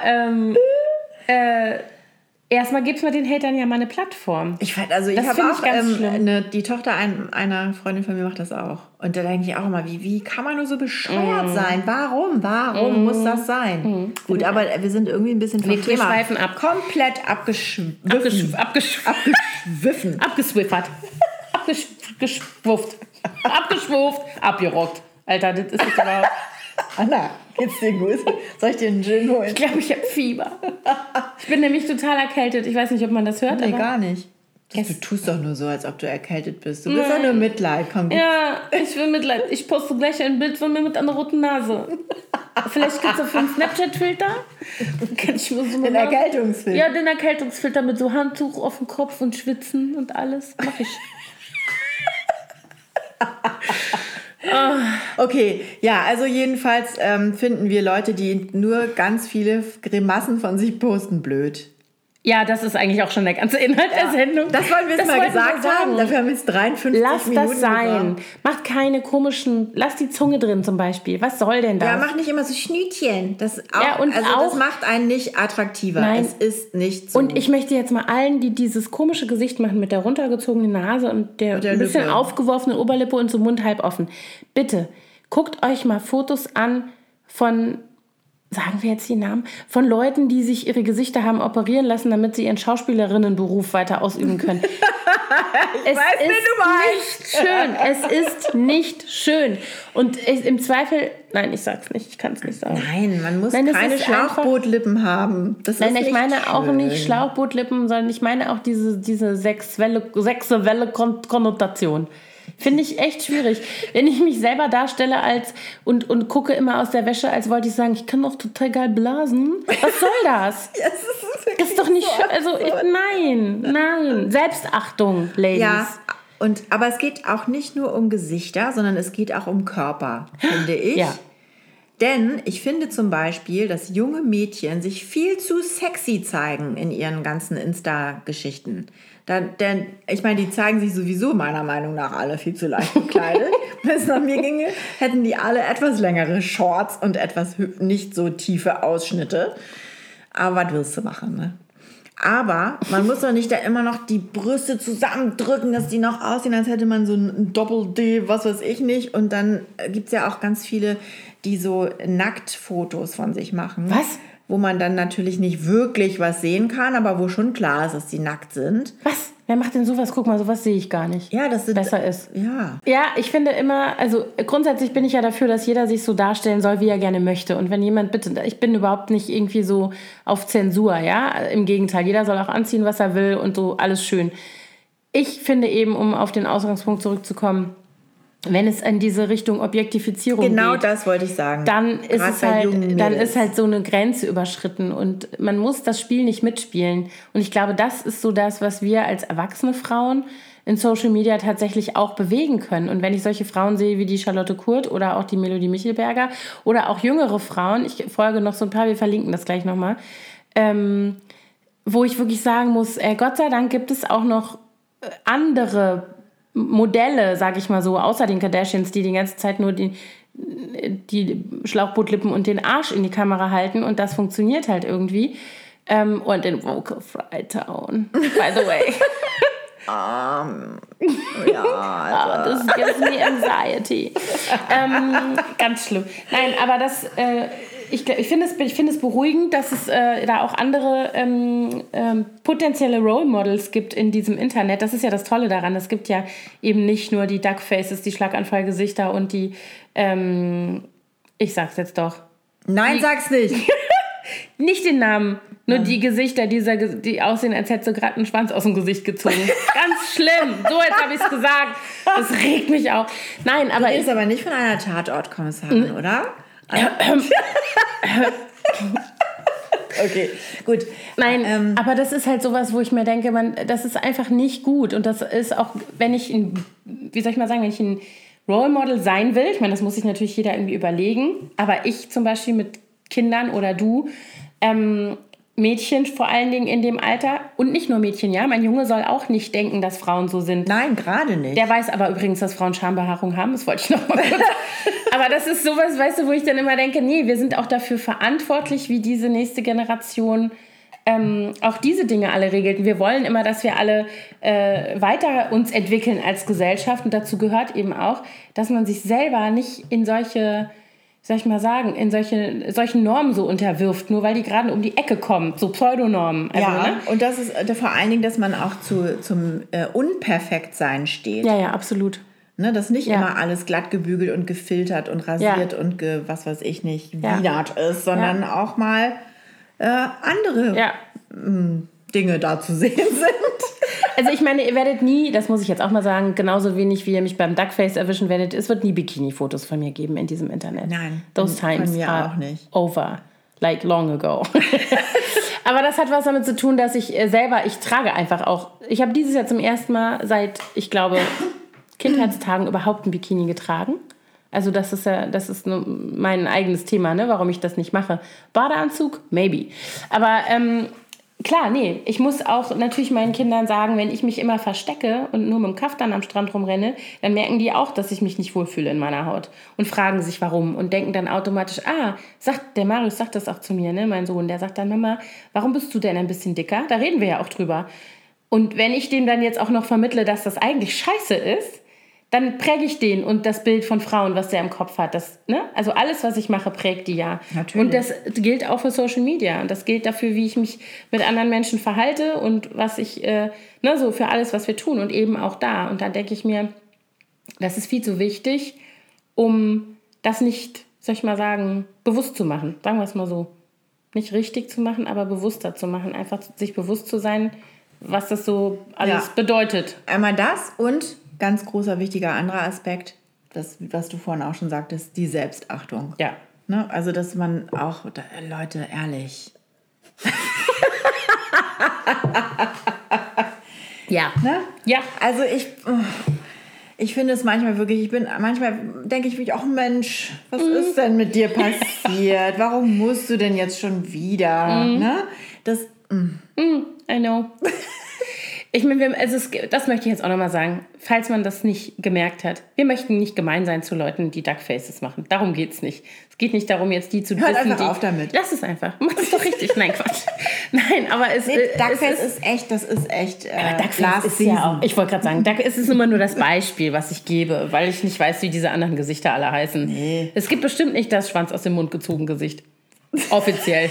erstmal gibt es mir den Hatern ja mal eine Plattform. Ich habe auch die Tochter einer Freundin von mir macht das auch. Und da denke ich auch immer, wie kann man nur so bescheuert sein? Warum muss das sein? Gut, aber wir sind irgendwie ein bisschen vom Thema. Wir schweifen ab. Komplett abgeschwiffen. Abgeswiffert. abgeschwufft. Abgeschwufft, abgerockt. Alter, das ist jetzt überhaupt... Anna, geht's dir gut? Soll ich dir einen Gin holen? Ich glaube, ich habe Fieber. Ich bin nämlich total erkältet. Ich weiß nicht, ob man das hört. Nee, gar nicht. Du tust doch nur so, als ob du erkältet bist. Du bist doch nur Mitleid. Komm, ja, ich will Mitleid. Ich poste gleich ein Bild von mir mit einer roten Nase. Vielleicht gibt es dafür einen Snapchat-Filter. Kann ich mir so den Erkältungsfilter. Ja, den Erkältungsfilter mit so Handtuch auf dem Kopf und Schwitzen und alles. Mach ich. Okay, ja, also jedenfalls finden wir Leute, die nur ganz viele Grimassen von sich posten, blöd. Ja, das ist eigentlich auch schon der ganze Inhalt der Sendung. Das wollen wir jetzt mal gesagt haben. Dafür haben wir jetzt 53 Lass Minuten das sein. gebraucht. Macht keine komischen... Lass die Zunge drin zum Beispiel. Was soll denn das? Ja, mach nicht immer so Schnütchen. Das auch, Ja, und also auch, das macht einen nicht attraktiver. Nein. Es ist nicht so. Und ich möchte jetzt mal allen, die dieses komische Gesicht machen mit der runtergezogenen Nase und der ein bisschen Lippe. aufgeworfenen Oberlippe und so Mund halb offen. Bitte, guckt euch mal Fotos an von... Sagen wir jetzt die Namen? Von Leuten, die sich ihre Gesichter haben operieren lassen, damit sie ihren Schauspielerinnenberuf weiter ausüben können. Es weiß, wen du meinst. nicht schön. Es ist nicht schön. Und im Zweifel... Nein, ich sag's nicht. Ich kann es nicht sagen. Nein, man muss keine Schlauchbootlippen haben. Das Nein, ist ich nicht meine schön. auch nicht Schlauchbootlippen, sondern ich meine auch diese sexuelle Konnotation. Finde ich echt schwierig. Wenn ich mich selber darstelle und gucke immer aus der Wäsche, als wollte ich sagen, ich kann doch total geil blasen. Was soll das? Ja, das ist doch nicht so schön. Also nein. Selbstachtung, Ladies. Ja, aber es geht auch nicht nur um Gesichter, sondern es geht auch um Körper, finde ich. Ja. Denn ich finde zum Beispiel, dass junge Mädchen sich viel zu sexy zeigen in ihren ganzen Insta-Geschichten. Denn ich meine, die zeigen sich sowieso meiner Meinung nach alle viel zu leicht bekleidet. Wenn es nach mir ginge, hätten die alle etwas längere Shorts und etwas nicht so tiefe Ausschnitte. Aber was willst du machen, ne? Aber man muss doch nicht da immer noch die Brüste zusammendrücken, dass die noch aussehen, als hätte man so ein Doppel-D, was weiß ich nicht. Und dann gibt es ja auch ganz viele, die so Nacktfotos von sich machen. Was? Wo man dann natürlich nicht wirklich was sehen kann, aber wo schon klar ist, dass die nackt sind. Was? Wer macht denn sowas? Guck mal, sowas sehe ich gar nicht. Ja, das besser ist. Ja. Ja, ich finde immer, also grundsätzlich bin ich ja dafür, dass jeder sich so darstellen soll, wie er gerne möchte. Und wenn jemand bitte, ich bin überhaupt nicht irgendwie so auf Zensur, ja. Im Gegenteil, jeder soll auch anziehen, was er will und so, alles schön. Ich finde eben, um auf den Ausgangspunkt zurückzukommen, wenn es in diese Richtung Objektifizierung geht. Genau das wollte ich sagen. Dann ist halt so eine Grenze überschritten und man muss das Spiel nicht mitspielen. Und ich glaube, das ist so das, was wir als erwachsene Frauen in Social Media tatsächlich auch bewegen können. Und wenn ich solche Frauen sehe wie die Charlotte Kurt oder auch die Melodie Michelberger oder auch jüngere Frauen, ich folge noch so ein paar, wir verlinken das gleich nochmal, wo ich wirklich sagen muss, Gott sei Dank gibt es auch noch andere Modelle, sage ich mal so, außer den Kardashians, die ganze Zeit nur die Schlauchbootlippen und den Arsch in die Kamera halten und das funktioniert halt irgendwie. Und in Vocal Frytown, by the way. Ja, das gives me anxiety. Ganz schlimm. Nein, aber das... Ich finde es beruhigend, dass es da auch andere potenzielle Role Models gibt in diesem Internet. Das ist ja das Tolle daran. Es gibt ja eben nicht nur die Duckfaces, die Schlaganfallgesichter und die, ich sag's jetzt doch. Nein, sag's nicht. Nicht den Namen, nur die Gesichter, die aussehen, als hätte sie gerade einen Schwanz aus dem Gesicht gezogen. Ganz schlimm. So, jetzt habe ich es gesagt. Das regt mich auch. Nein, aber du bist aber nicht von einer Tatortkommissarin, oder? Okay, gut. Nein, aber das ist halt sowas, wo ich mir denke, das ist einfach nicht gut. Und das ist auch, wenn ich ein Role Model sein will, ich meine, das muss sich natürlich jeder irgendwie überlegen, aber ich zum Beispiel mit Kindern oder du, Mädchen vor allen Dingen in dem Alter und nicht nur Mädchen, ja, mein Junge soll auch nicht denken, dass Frauen so sind. Nein, gerade nicht. Der weiß aber übrigens, dass Frauen Schambehaarung haben, das wollte ich noch mal kurz. Aber das ist sowas, weißt du, wo ich dann immer denke, nee, wir sind auch dafür verantwortlich, wie diese nächste Generation auch diese Dinge alle regelt. Wir wollen immer, dass wir alle weiter uns entwickeln als Gesellschaft und dazu gehört eben auch, dass man sich selber nicht in solche soll ich mal sagen, in solchen Normen so unterwirft, nur weil die gerade um die Ecke kommt, so Pseudonormen. Also, ja, ne? Und das ist vor allen Dingen, dass man auch zum Unperfektsein steht. Ja, absolut. Ne, dass nicht immer alles glatt gebügelt und gefiltert und rasiert und was weiß ich nicht, wienert ist, sondern auch mal andere Dinge da zu sehen sind. Also ich meine, ihr werdet nie, das muss ich jetzt auch mal sagen, genauso wenig wie ihr mich beim Duckface erwischen werdet, es wird nie Bikini-Fotos von mir geben in diesem Internet. Nein, Those times von mir are auch nicht. over, like long ago. Aber das hat was damit zu tun, dass ich trage einfach auch, ich habe dieses Jahr zum ersten Mal seit, ich glaube, Kindheitstagen überhaupt ein Bikini getragen. Also das ist nur mein eigenes Thema, ne, warum ich das nicht mache. Badeanzug? Maybe. Aber klar, nee, ich muss auch natürlich meinen Kindern sagen, wenn ich mich immer verstecke und nur mit dem Kaftan am Strand rumrenne, dann merken die auch, dass ich mich nicht wohlfühle in meiner Haut und fragen sich warum und denken dann automatisch, der Marius sagt das auch zu mir, ne, mein Sohn, der sagt dann, Mama, warum bist du denn ein bisschen dicker? Da reden wir ja auch drüber. Und wenn ich dem dann jetzt auch noch vermittle, dass das eigentlich scheiße ist, dann präge ich den und das Bild von Frauen, was der im Kopf hat. Das, ne? Also alles, was ich mache, prägt die ja. Natürlich. Und das gilt auch für Social Media. Und das gilt dafür, wie ich mich mit anderen Menschen verhalte und was ich, so für alles, was wir tun und eben auch da. Und da denke ich mir, das ist viel zu wichtig, um das nicht, soll ich mal sagen, bewusst zu machen. Sagen wir es mal so. Nicht richtig zu machen, aber bewusster zu machen. Einfach sich bewusst zu sein, was das so alles bedeutet. Einmal das und ganz großer, wichtiger anderer Aspekt, das, was du vorhin auch schon sagtest, die Selbstachtung. Ja. Ne? Also, dass man auch, Leute, ehrlich. Ja. Ne? Ja. Also, ich finde es manchmal wirklich, manchmal denke ich wirklich, Mensch, was ist denn mit dir passiert? Warum musst du denn jetzt schon wieder? Ne? Das, I know. Ich meine, das möchte ich jetzt auch nochmal sagen, falls man das nicht gemerkt hat. Wir möchten nicht gemein sein zu Leuten, die Duckfaces machen. Darum geht es nicht. Es geht nicht darum, jetzt die zu dissen. Hört einfach auf damit. Lass es einfach. Mach das doch richtig. Nein, Quatsch. Nein, aber Duckface ist echt, Duckface ist ja auch. Ich wollte gerade sagen, es ist immer nur das Beispiel, was ich gebe, weil ich nicht weiß, wie diese anderen Gesichter alle heißen. Nee. Es gibt bestimmt nicht das Schwanz aus dem Mund gezogen Gesicht. Offiziell.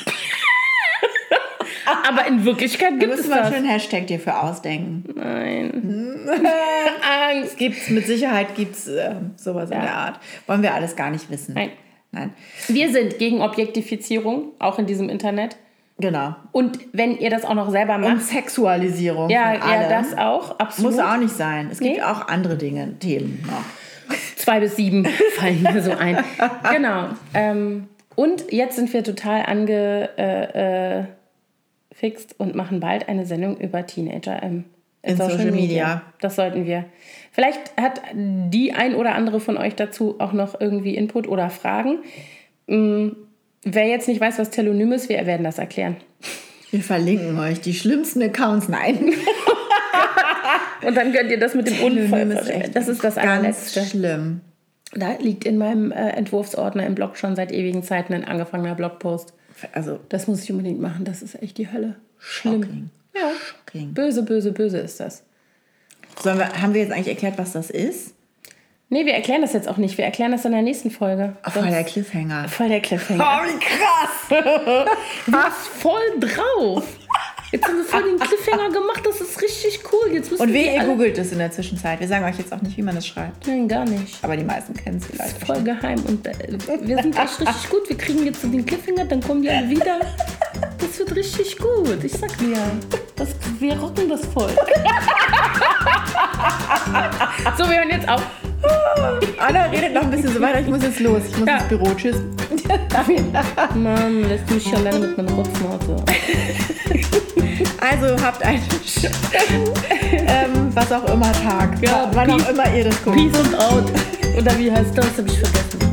Aber in Wirklichkeit gibt es das. Du musst mal schön einen Hashtag dir für ausdenken. Nein. Angst. Mit Sicherheit gibt es sowas in der Art. Wollen wir alles gar nicht wissen. Nein. Wir sind gegen Objektifizierung, auch in diesem Internet. Genau. Und wenn ihr das auch noch selber macht. Und Sexualisierung von allem. Ja, das auch, absolut. Muss auch nicht sein. Es gibt auch andere Themen noch. 2 bis 7 fallen mir so ein. Genau. Und jetzt sind wir total fixt und machen bald eine Sendung über Teenager in Social Media. Das sollten wir. Vielleicht hat die ein oder andere von euch dazu auch noch irgendwie Input oder Fragen. Wer jetzt nicht weiß, was Telonym ist, wir werden das erklären. Wir verlinken euch die schlimmsten Accounts. Nein. Und dann könnt ihr das mit dem Unfall. Das ist das allerletzte. Ganz schlimm. Da liegt in meinem Entwurfsordner im Blog schon seit ewigen Zeiten ein angefangener Blogpost. Also, das muss ich unbedingt machen. Das ist echt die Hölle. Schlimm. Shocking. Ja. Shocking. Böse, böse, böse ist das. Haben wir jetzt eigentlich erklärt, was das ist? Nee, wir erklären das jetzt auch nicht. Wir erklären das in der nächsten Folge. Voll der Cliffhanger. Voll der Cliffhanger. Oh, wie krass! Du bist voll drauf. Jetzt haben wir voll den Cliffhanger gemacht. Das ist richtig cool. Jetzt und ihr googelt es in der Zwischenzeit. Wir sagen euch jetzt auch nicht, wie man das schreibt. Nein, gar nicht. Aber die meisten kennen es vielleicht. Das ist voll geheim. Und wir sind echt richtig gut. Wir kriegen jetzt so den Cliffhanger, dann kommen die alle wieder. Das wird richtig gut. Ich sag dir. Wir rocken das voll. So, wir hören jetzt auf. Anna redet noch ein bisschen so weiter. Ich muss jetzt los. Ich muss ins Büro. Tschüss. Mann, lässt mich schon alleine mit meiner Rotznase. Also habt einen was auch immer Tag. Ja, wann auch immer ihr das guckt. Peace and out. Oder wie heißt das? Hab ich vergessen.